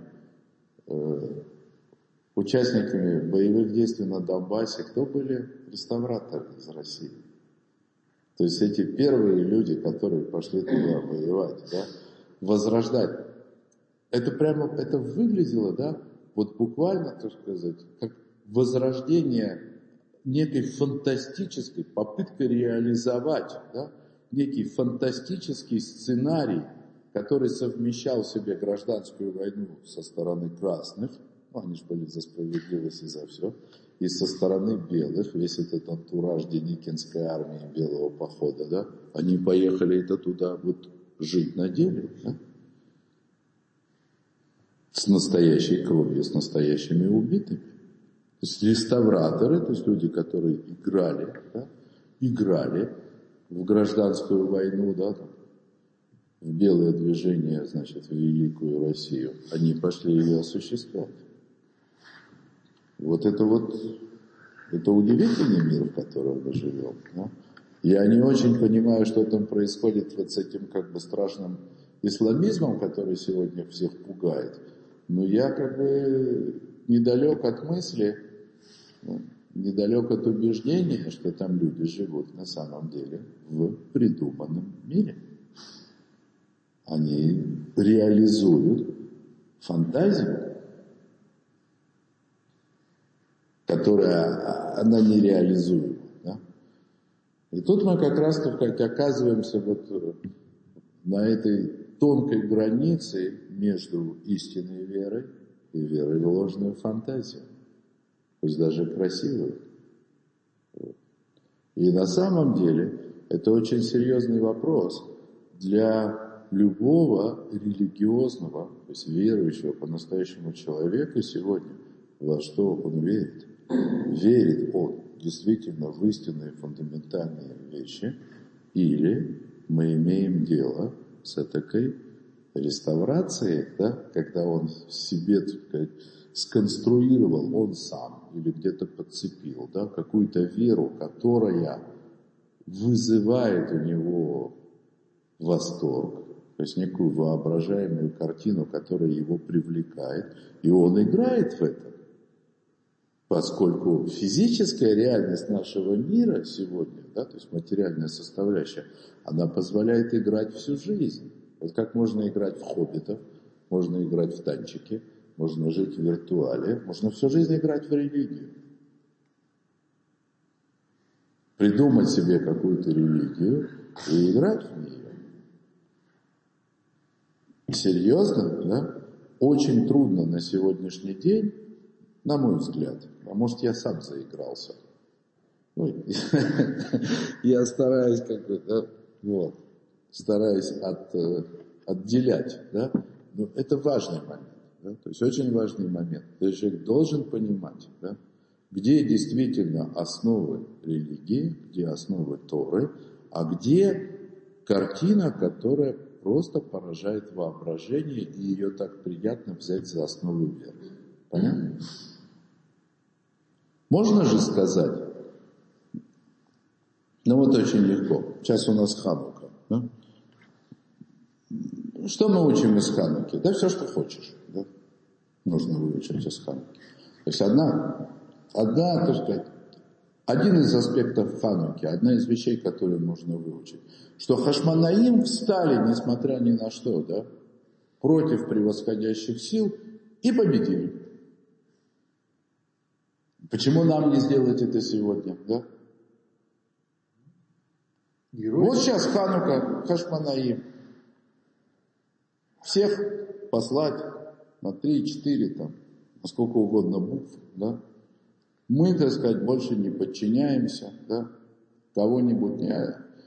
участниками боевых действий на Донбассе, кто были? Реставраторы из России. То есть эти первые люди, которые пошли туда воевать, да, возрождать. Это выглядело, да, вот буквально, так сказать, как возрождение некой фантастической попыткой реализовать, да, некий фантастический сценарий, который совмещал в себе гражданскую войну со стороны красных, они же были за справедливость и за все, и со стороны белых, весь этот антураж Деникинской армии белого похода, да, они поехали это туда вот жить на деле, да, с настоящей кровью, с настоящими убитыми. То есть реставраторы, то есть люди, которые играли в гражданскую войну, да, в белое движение, значит, в великую Россию, они пошли ее осуществлять. Вот это удивительный мир, в котором мы живем. Да? Я не очень понимаю, что там происходит вот с этим как бы страшным исламизмом, который сегодня всех пугает. Но я как бы недалек от мысли, недалек от убеждения, что там люди живут на самом деле в придуманном мире. Они реализуют фантазию, которая, она нереализуема. Да? И тут мы как раз оказываемся вот на этой тонкой границе между истинной верой и верой в ложную фантазию, пусть даже красивую. И на самом деле это очень серьезный вопрос для любого религиозного, то есть верующего по-настоящему человека сегодня, во что он верит. Верит он действительно в истинные фундаментальные вещи или мы имеем дело с этакой реставрацией, да, когда он в себе, так сказать, сконструировал, он сам или где-то подцепил, да, какую-то веру, которая вызывает у него восторг, то есть некую воображаемую картину, которая его привлекает, и он играет в это. Поскольку физическая реальность нашего мира сегодня, да, то есть материальная составляющая, она позволяет играть всю жизнь. Вот как можно играть в хоббитов, можно играть в танчики, можно жить в виртуале, можно всю жизнь играть в религию. Придумать себе какую-то религию и играть в нее. Серьезно, да? Очень трудно на сегодняшний день, на мой взгляд, а может я сам заигрался. Ну, я стараюсь стараюсь отделять, да? Но это важный момент, да? То есть очень важный момент. То есть человек должен понимать, да? Где действительно основы религии, где основы Торы, а где картина, которая просто поражает воображение, и ее так приятно взять за основу веры. Понятно? Можно же сказать, ну вот очень легко, сейчас у нас Ханука, да? Что мы учим из Хануки? Да все, что хочешь, да? Нужно выучить из Хануки. То есть одна, так сказать, один из аспектов Хануки, одна из вещей, которые можно выучить, что Хашмонаим встали, несмотря ни на что, да, против превосходящих сил и победили. Почему нам не сделать это сегодня, да? Вот сейчас Ханука, Хашмонаим. Всех послать на 3-4, там, на сколько угодно букв, да? Мы, так сказать, больше не подчиняемся, да? Кого-нибудь не...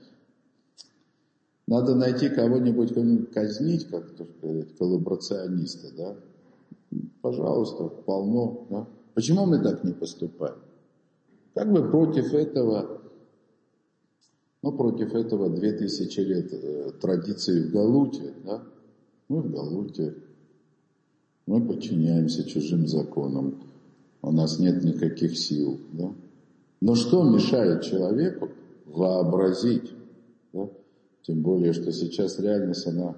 Надо найти кого-нибудь казнить, как, так сказать, коллаборациониста, да? Пожалуйста, полно, да? Почему мы так не поступаем? Как бы против этого 2000 лет традиции в Галуте, да? Мы в Галуте, мы подчиняемся чужим законам, у нас нет никаких сил, да? Но что мешает человеку вообразить, да? Тем более, что сейчас реальность, она,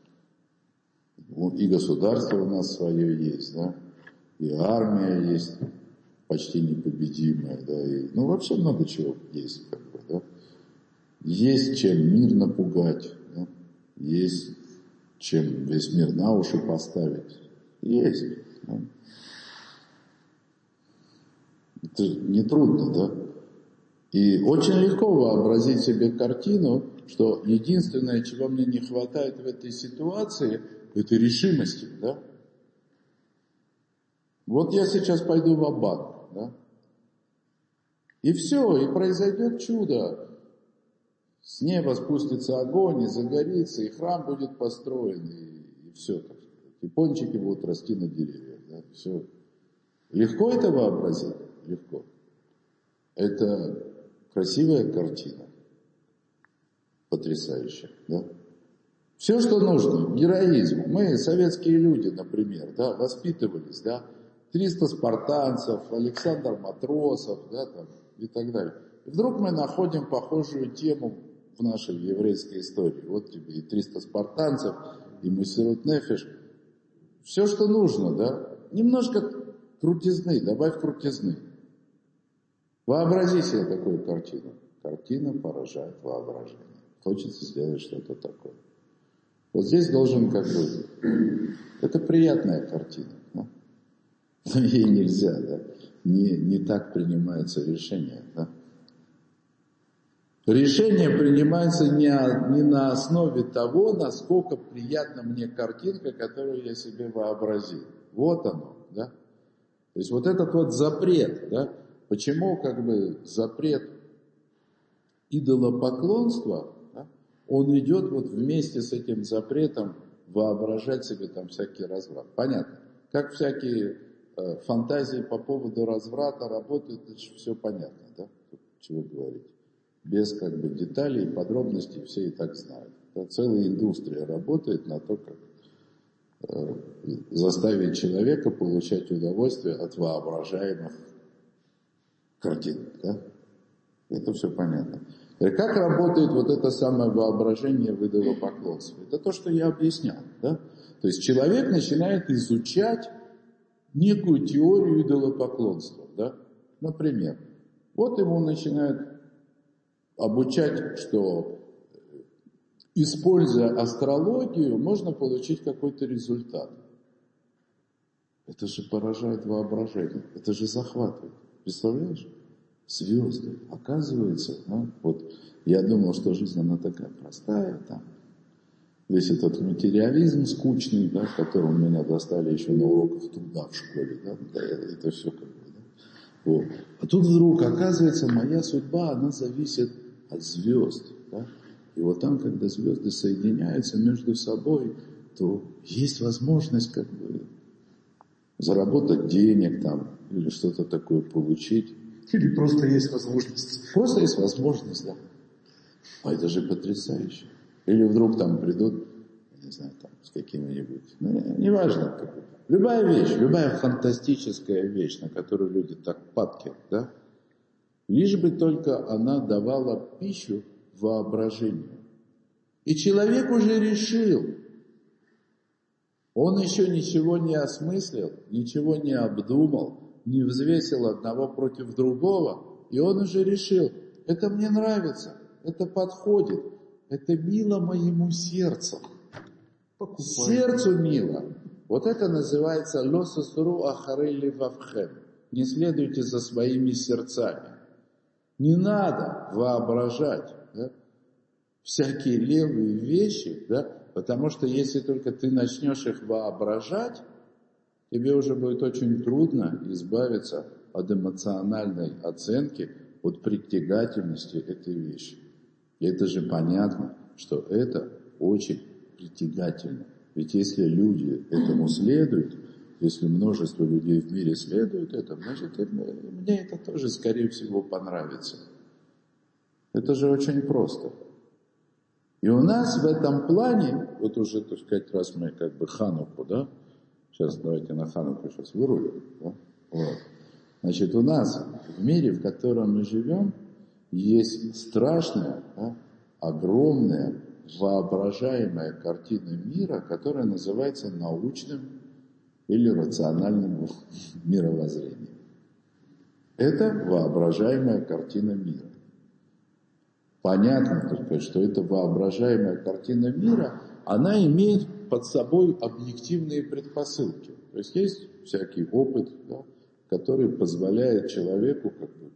и государство у нас свое есть, да? И армия есть почти непобедимая, да? И, вообще много чего есть, как бы, да? Есть чем мир напугать, да? Есть чем весь мир на уши поставить. Есть. Да? Это нетрудно, да? И очень легко вообразить себе картину, что единственное, чего мне не хватает в этой ситуации, это решимости, да? Вот я сейчас пойду ва-банк, да? И все, и произойдет чудо. С неба спустится огонь, и загорится, и храм будет построен, и все, так сказать. И пончики будут расти на деревьях, да? Все. Легко это вообразить? Легко. Это красивая картина. Потрясающая, да? Все, что нужно, героизм. Мы, советские люди, например, да, воспитывались, да, 300 спартанцев, Александр Матросов, да, там, и так далее. И вдруг мы находим похожую тему в нашей еврейской истории. Вот тебе и 300 спартанцев, и Месирут Нефеш. Все, что нужно, да, немножко крутизны, добавь крутизны. Вообрази себе такую картину. Картина поражает воображение. Хочется сделать что-то такое. Вот здесь должен это приятная картина, да? Но ей нельзя, да? Не так принимается решение, да? Решение принимается не на основе того, насколько приятна мне картинка, которую я себе вообразил. Вот оно, да? То есть вот этот вот запрет, да? Почему запрет идолопоклонства, да, он идет вот вместе с этим запретом воображать себе там всякий разврат. Понятно. Как всякие фантазии по поводу разврата работают, это все понятно, да? Чего говорить. без как бы деталей и подробностей, все и так знают. Да, целая индустрия работает на то, как заставить человека получать удовольствие от воображаемых картин. Да? Это все понятно. И как работает вот это самое воображение в идолопоклонстве? Это то, что я объяснял. Да? То есть человек начинает изучать некую теорию идолопоклонства. Да? Например, вот ему начинают обучать, что используя астрологию, можно получить какой-то результат. Это же поражает воображение, это же захватывает. Представляешь? Звезды. Оказывается, вот я думал, что жизнь, она такая простая, там, весь этот материализм скучный, да, которым меня достали еще на уроках труда в школе, да, это все как бы, да. Вот. А тут вдруг, оказывается, моя судьба, она зависит от звезд, да. И вот там, когда звезды соединяются между собой, то есть возможность как бы заработать денег там, или что-то такое получить. Или просто есть возможность. Просто есть возможность, да. А это же потрясающе. Или вдруг там придут, не знаю, там, с какими-нибудь, неважно, как бы. Любая вещь, любая фантастическая вещь, на которую люди так падки, да, лишь бы только она давала пищу воображению. И человек уже решил, он еще ничего не осмыслил, ничего не обдумал, не взвесил одного против другого, и он уже решил, это мне нравится, это подходит, это мило моему сердцу. Сердцу мило. Вот это называется «лососру ахарели вавхем». Не следуйте за своими сердцами. Не надо воображать, да, всякие левые вещи, да, потому что если только ты начнешь их воображать, тебе уже будет очень трудно избавиться от эмоциональной оценки, от притягательности этой вещи. И это же понятно, что это очень притягательно. Ведь если люди этому следуют, если множество людей в мире следует этому, значит, мне это тоже, скорее всего, понравится. Это же очень просто. И у нас в этом плане, вот уже, так сказать, раз мы как бы Хануку, да, сейчас давайте на Хануку сейчас вырулим, да, вот. Значит, у нас в мире, в котором мы живем, есть страшная, да, огромная, воображаемая картина мира, которая называется научным или рациональным мировоззрением. Это воображаемая картина мира. Понятно только, что эта воображаемая картина мира, она имеет под собой объективные предпосылки. То есть есть всякий опыт, да, который позволяет человеку как бы,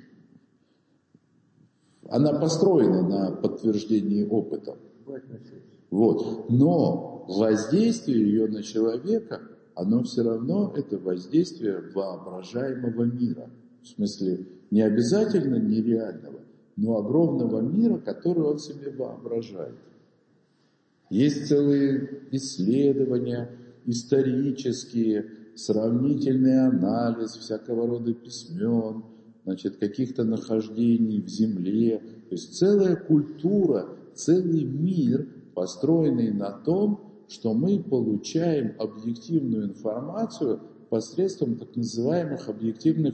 она построена на подтверждении опыта. Вот. Но воздействие ее на человека, оно все равно это воздействие воображаемого мира. В смысле, не обязательно нереального, но огромного мира, который он себе воображает. Есть целые исследования исторические, сравнительный анализ всякого рода письмен, значит, каких-то нахождений в земле. То есть целая культура, целый мир, построенный на том, что мы получаем объективную информацию посредством так называемых объективных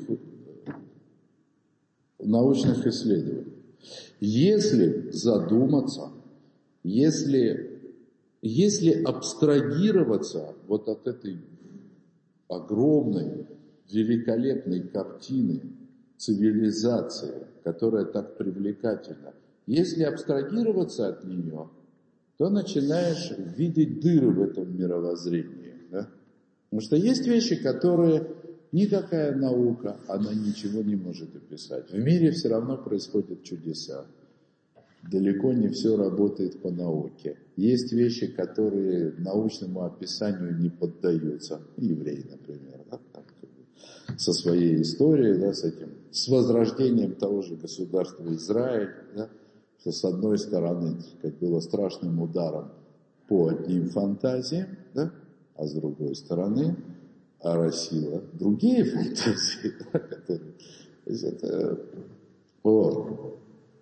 научных исследований. Если задуматься, если абстрагироваться вот от этой огромной, великолепной картины цивилизации, которая так привлекательна, если абстрагироваться от нее, то начинаешь видеть дыры в этом мировоззрении. Да? Потому что есть вещи, которые никакая наука, она ничего не может описать. В мире все равно происходят чудеса. Далеко не все работает по науке. Есть вещи, которые научному описанию не поддаются. Евреи, например, да, там, со своей историей, да, с возрождением того же государства Израиль, да, что с одной стороны, как было страшным ударом по одним фантазиям, да, а с другой стороны оросила другие фантазии, да, которые... То есть это... Вот.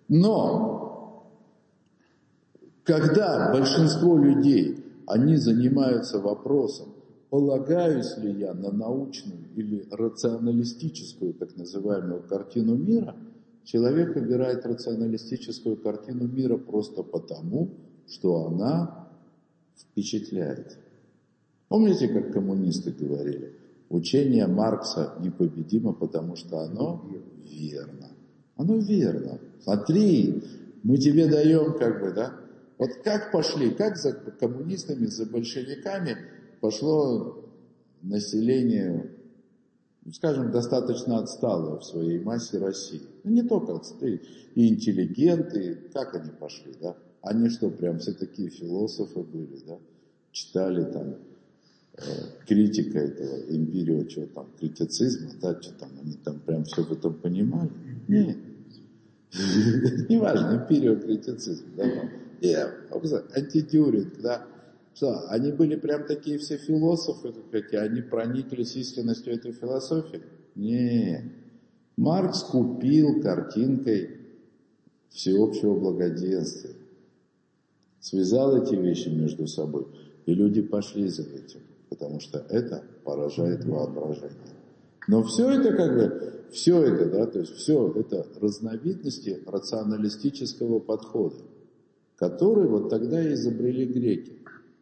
Но когда большинство людей, они занимаются вопросом, полагаюсь ли я на научную или рационалистическую, так называемую, картину мира, человек выбирает рационалистическую картину мира просто потому, что она впечатляет. Помните, как коммунисты говорили? Учение Маркса непобедимо, потому что оно верно. Оно верно. Смотри, мы тебе даем Вот как пошли, как за коммунистами, за большевиками пошло население, скажем, достаточно отсталое в своей массе России. Не только отсталые, и интеллигенты, как они пошли, да? Они что, прям все такие философы были, да? Читали там критика этого империо, что там, критицизма, да, что там, они там прям все в этом понимали? Нет. Неважно, империо, критицизм, да, там, антитюринг, да. Что, они были прям такие все философы, они прониклись истинностью этой философии? Нет. Маркс купил картинкой всеобщего благоденствия. Связал эти вещи между собой, и люди пошли за этим, потому что это поражает воображение. Но все это да, то есть все это разновидности рационалистического подхода, который вот тогда и изобрели греки.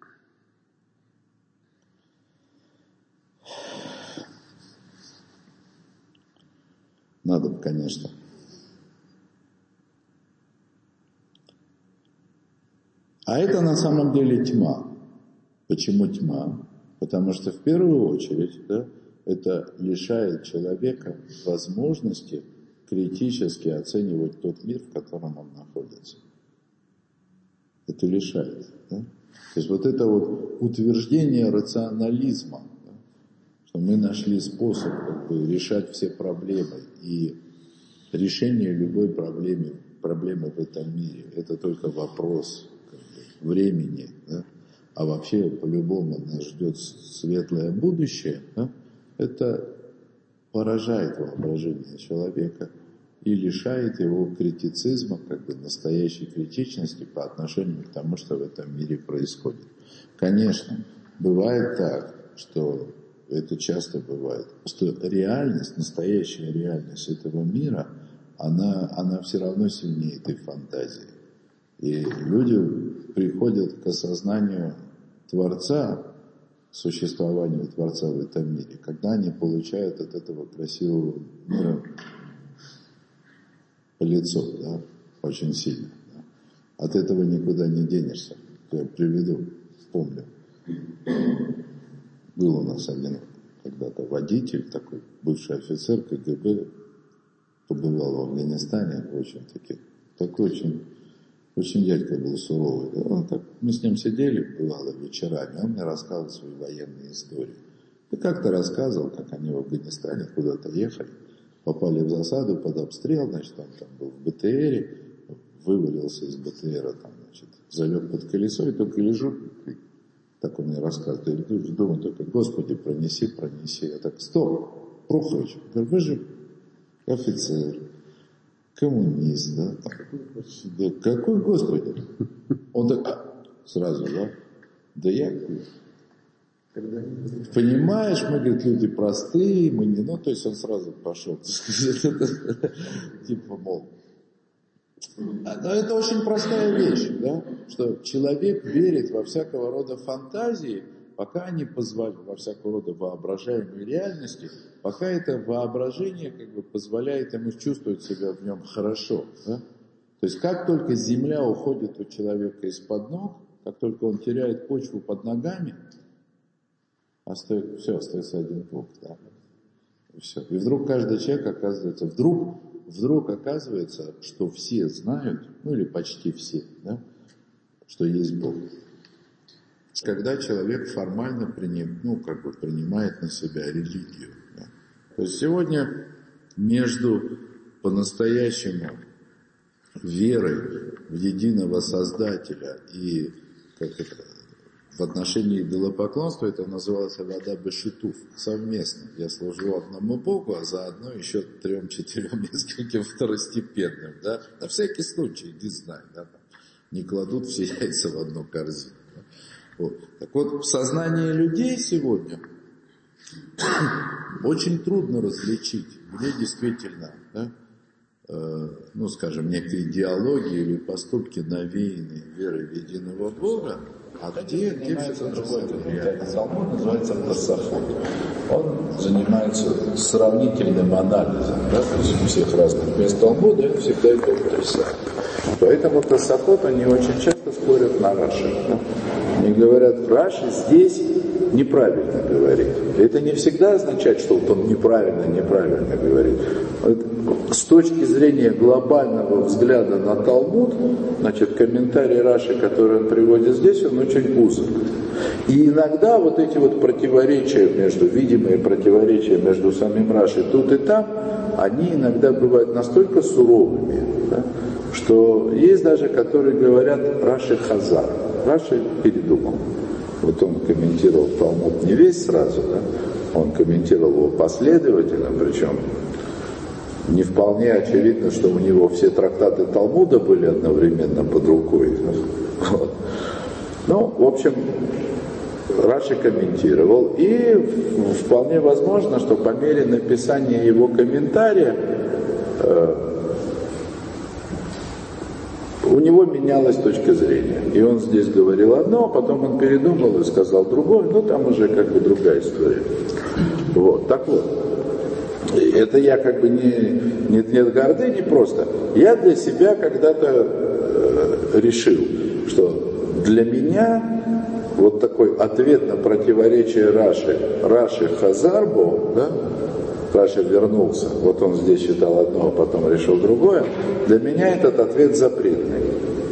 Надо бы, конечно. А это на самом деле тьма. Почему тьма? Потому что в первую очередь, да, это лишает человека возможности критически оценивать тот мир, в котором он находится. Это лишает. Да? То есть вот это вот утверждение рационализма, да, что мы нашли способ решать все проблемы, и решение любой проблемы в этом мире, это только вопрос времени, да? А вообще по-любому нас ждет светлое будущее, да? Это поражает воображение человека и лишает его критицизма, настоящей критичности по отношению к тому, что в этом мире происходит. Конечно, бывает так, что это часто бывает, что реальность, настоящая реальность этого мира, она все равно сильнее этой фантазии. И люди приходят к осознанию Творца, существованию Творца в этом мире, когда они получают от этого красивого мира по лицу, да, очень сильно. Да. От этого никуда не денешься. Я приведу, помню. Был у нас один когда-то водитель, такой бывший офицер КГБ, побывал в Афганистане, очень дядька был суровый. Да? Мы с ним сидели, бывало, вечерами, он мне рассказывал свои военные истории. И как-то рассказывал, как они в Афганистане куда-то ехали, попали в засаду под обстрел, значит, он там был в БТРе, вывалился из БТРа, там, значит, залег под колесо, и только лежу, так он мне рассказывает, я думаю только, Господи, пронеси. Я так, стоп, Прохорович, вы же офицер, коммунист, да? Да какой Господи? Он так, сразу, да? Да я... Понимаешь, мы, говорит, люди простые, мы не... то есть он сразу пошел. Типа, мол... Но это очень простая вещь, да? Что человек верит во всякого рода фантазии, пока они позволяют, во всякого рода воображаемой реальности, пока это воображение позволяет ему чувствовать себя в нем хорошо. Да? То есть как только земля уходит у человека из-под ног, как только он теряет почву под ногами, остается один пункт. Да? И все. И вдруг каждый человек оказывается, вдруг оказывается, что все знают, или почти все, да, что есть Бог. Когда человек формально принимает на себя религию. Да. То есть сегодня между по-настоящему верой в единого Создателя и в отношении идолопоклонства это называлось вода бешитуф, совместно. Я служу одному Богу, а заодно еще 3-4 нескольким второстепенным, да? На всякий случай, не знаю, да? Не кладут все яйца в одну корзину. Да? Вот. Так вот, в сознании людей сегодня очень трудно различить, где действительно, да, скажем, некие диалоги или поступки навеянные верой в единого Бога, а где все-таки другой комментарий. Талмуд называется Тосафот. Он занимается сравнительным анализом, да, то есть у всех разных мест Талмуда это всегда и то самое. Поэтому Тосафот они очень часто спорят на Раши. Да? Они говорят, Раши здесь неправильно говорит. Это не всегда означает, что вот он неправильно говорит. С точки зрения глобального взгляда на Талмуд, значит, комментарий Раши, который он приводит здесь, он очень узок. И иногда вот эти вот противоречия видимые противоречия между самим Раши тут и там, они иногда бывают настолько суровыми, да, что есть даже, которые говорят Раши Хазар. Раши передумал. Вот он комментировал Талмуд не весь сразу, да? Он комментировал его последовательно, причем не вполне очевидно, что у него все трактаты Талмуда были одновременно под рукой. Вот. В общем, Раши комментировал, и вполне возможно, что по мере написания его комментария у него менялась точка зрения. И он здесь говорил одно, а потом он передумал и сказал другое, там уже как бы другая история. Вот, так вот. Это я как бы не от гордыни просто. Я для себя когда-то решил, что для меня вот такой ответ на противоречие Раши Хазарбо, да, Раши вернулся, вот он здесь считал одно, а потом решил другое, для меня этот ответ запретный.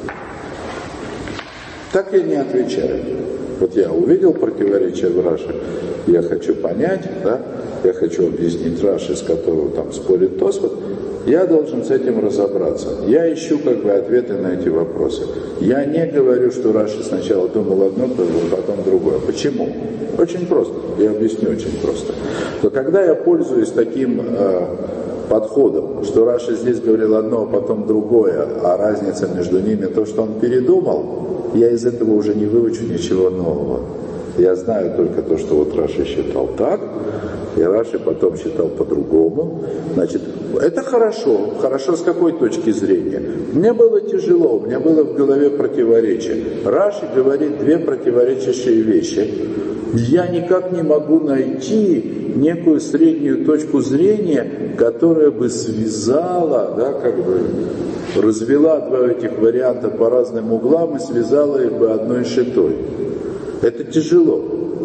Так я не отвечаю. Вот я увидел противоречие в Раши, я хочу понять, да, я хочу объяснить Раши, с которого там спорит Тосфот, я должен с этим разобраться. Я ищу как бы ответы на эти вопросы. Я не говорю, что Раши сначала думал одно, потом другое. Почему? Очень просто. Я объясню очень просто. То когда я пользуюсь таким подходом, что Раши здесь говорил одно, а потом другое, а разница между ними то, что он передумал, я из этого уже не выучу ничего нового. Я знаю только то, что вот Раши считал так, и Раши потом считал по-другому. Значит, это хорошо. Хорошо с какой точки зрения? Мне было тяжело, у меня было в голове противоречие. Раши говорит две противоречащие вещи. Я никак не могу найти некую среднюю точку зрения, которая бы связала, да, как бы развела два этих варианта по разным углам и связала их бы одной шитой. Это тяжело.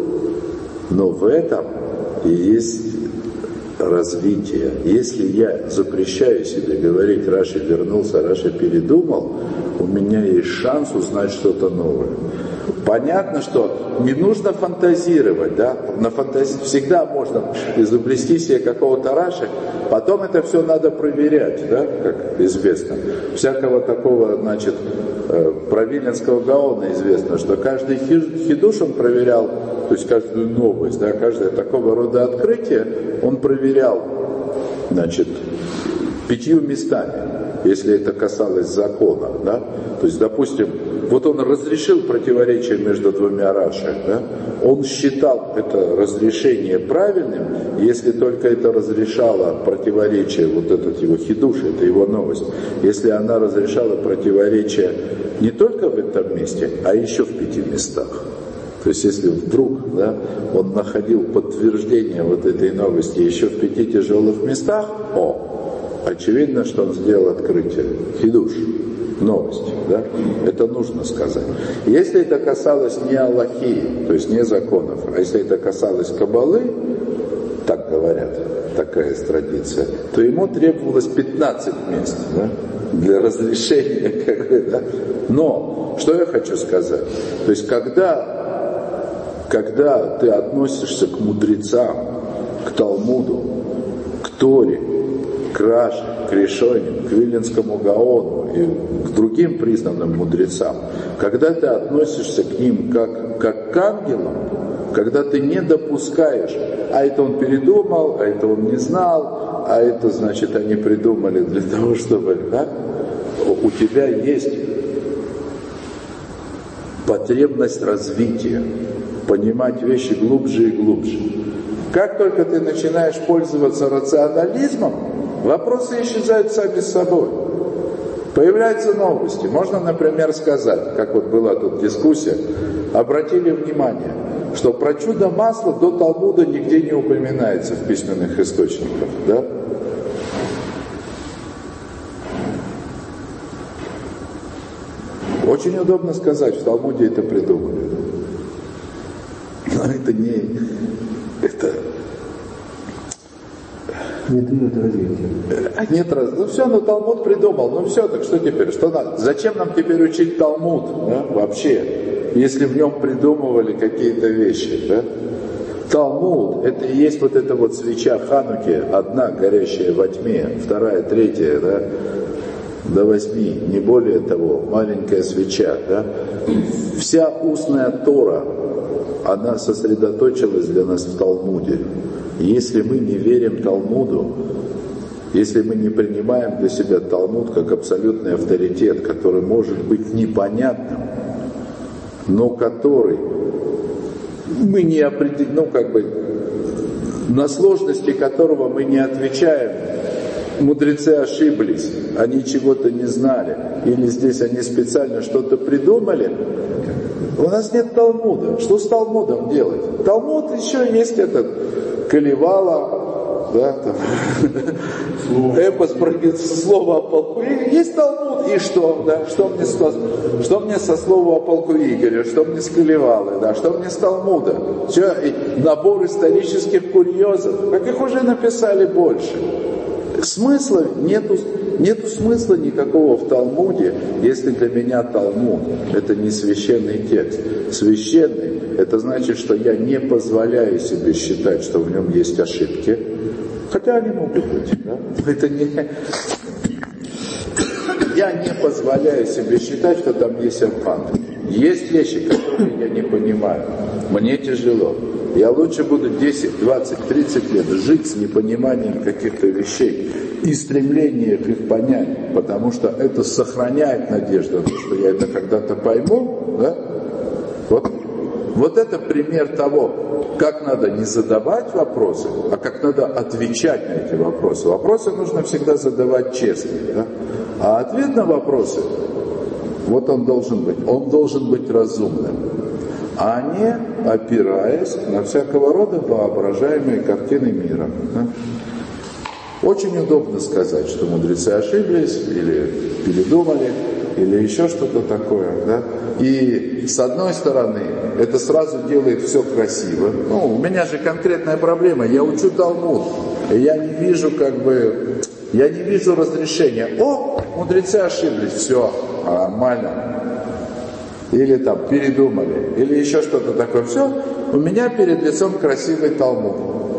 Но в этом и есть развитие. Если я запрещаю себе говорить, Раши вернулся, Раши передумал, у меня есть шанс узнать что-то новое. Понятно, что не нужно фантазировать, да? На фантазии всегда можно изобрести себе какого-то Раши, потом это все надо проверять, да, как известно. Всякого такого, значит, про Виленского Гаона известно, что каждый хидуш он проверял, то есть каждую новость, да, каждое такого рода открытие он проверял, значит, 5 местами, если это касалось закона, да. То есть, допустим, вот он разрешил противоречие между двумя Раши, да? Он считал это разрешение правильным, если только это разрешало противоречие, вот этот его хидуш, это его новость, если она разрешала противоречие не только в этом месте, а еще в 5 местах. То есть, если вдруг, да, он находил подтверждение вот этой новости еще в 5 тяжелых местах, очевидно, что он сделал открытие, хидуш. Новость, да? Это нужно сказать. Если это касалось не Аллахи, то есть не законов, а если это касалось Каббалы, так говорят, такая есть традиция, то ему требовалось 15 мест, да? Для разрешения, как бы, да? Но, что я хочу сказать, то есть когда ты относишься к мудрецам, к Талмуду, к Торе, к Раши, к к Ришоним, к Виленскому Гаону и к другим признанным мудрецам, когда ты относишься к ним как к ангелам, когда ты не допускаешь, а это он передумал, а это он не знал, а это, значит, они придумали для того, чтобы, да, у тебя есть потребность развития, понимать вещи глубже и глубже. Как только ты начинаешь пользоваться рационализмом, вопросы исчезают сами собой. Появляются новости. Можно, например, сказать, как вот была тут дискуссия, обратили внимание, что про чудо масла до Талмуда нигде не упоминается в письменных источниках, да? Очень удобно сказать, в Талмуде это придумали. Но это не... Нет развития. Нет развития. Ну все, Талмуд придумал. Ну все, так что теперь? Что надо? Зачем нам теперь учить Талмуд, да, вообще, если в нем придумывали какие-то вещи, да? Талмуд, это и есть вот эта вот свеча Хануки, одна горящая во тьме, вторая, третья, да, до 8, не более того, маленькая свеча, да? Вся устная Тора, она сосредоточилась для нас в Талмуде. Если мы не верим Талмуду, если мы не принимаем для себя Талмуд как абсолютный авторитет, который может быть непонятным, но который мы не определим, на сложности которого мы не отвечаем, мудрецы ошиблись, они чего-то не знали, или здесь они специально что-то придумали, у нас нет Талмуда. Что с Талмудом делать? Талмуд еще есть этот Калевала, да, там, эпос про слово о полку. Есть Талмуд, и что? Да? Что мне со слова о полку Игоря, что мне с Калевалы, да? Что мне с Талмуда? Все, набор исторических курьезов, как их уже написали больше. Смысла нету смысла никакого в Талмуде, если для меня Талмуд это не священный текст. Священный — это значит, что я не позволяю себе считать, что в нем есть ошибки, хотя они могут быть. Да? Я не позволяю себе считать, что там есть обман. Есть вещи, которые я не понимаю. Мне тяжело. Я лучше буду 10, 20, 30 лет жить с непониманием каких-то вещей и стремление их понять, потому что это сохраняет надежду на то, что я это когда-то пойму. Да? Вот это пример того, как надо не задавать вопросы, а как надо отвечать на эти вопросы. Вопросы нужно всегда задавать честно. Да? А ответ на вопросы, вот он должен быть разумным, а не опираясь на всякого рода воображаемые картины мира. Да? Очень удобно сказать, что мудрецы ошиблись, или передумали, или еще что-то такое. Да? И с одной стороны, это сразу делает все красиво. У меня же конкретная проблема, я учу Талмуд, и я не вижу разрешения. Мудрецы ошиблись, все, нормально. Или там передумали, или еще что-то такое. Все, у меня перед лицом красивый Талмуд.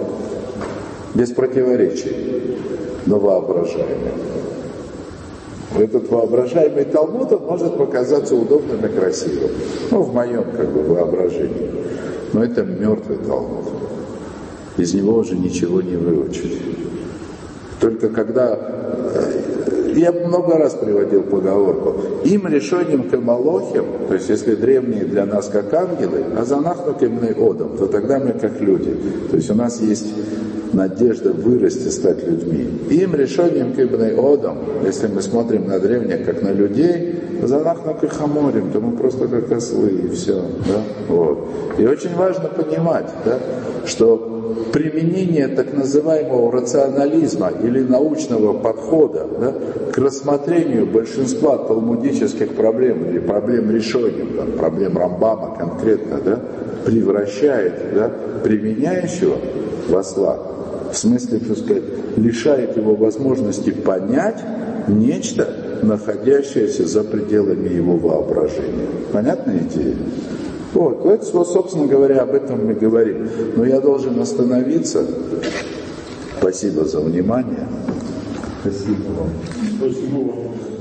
Без противоречий, но воображаемый. Этот воображаемый Талмуд, он может показаться удобным и красивым. В моем воображении. Но это мертвый Талмуд. Из него уже ничего не выучить. Только когда... Я много раз приводил поговорку. Им решением кемалохим, то есть если древние для нас как ангелы, а занахну кемный одом, то тогда мы как люди. То есть у нас есть надежда вырасти, стать людьми. Им решением кемный одом, если мы смотрим на древних как на людей, занахну кехаморим, то мы просто как ослы и все. Да? Вот. И очень важно понимать, да, что применение так называемого рационализма или научного подхода, да, к рассмотрению большинства талмудических проблем или проблем решения, проблем Рамбама конкретно, да, превращает, да, применяющего в осла, в смысле, так сказать, лишает его возможности понять нечто, находящееся за пределами его воображения. Понятная идея? Вот, собственно говоря, об этом мы говорим. Но я должен остановиться. Спасибо за внимание. Спасибо вам. Спасибо вам.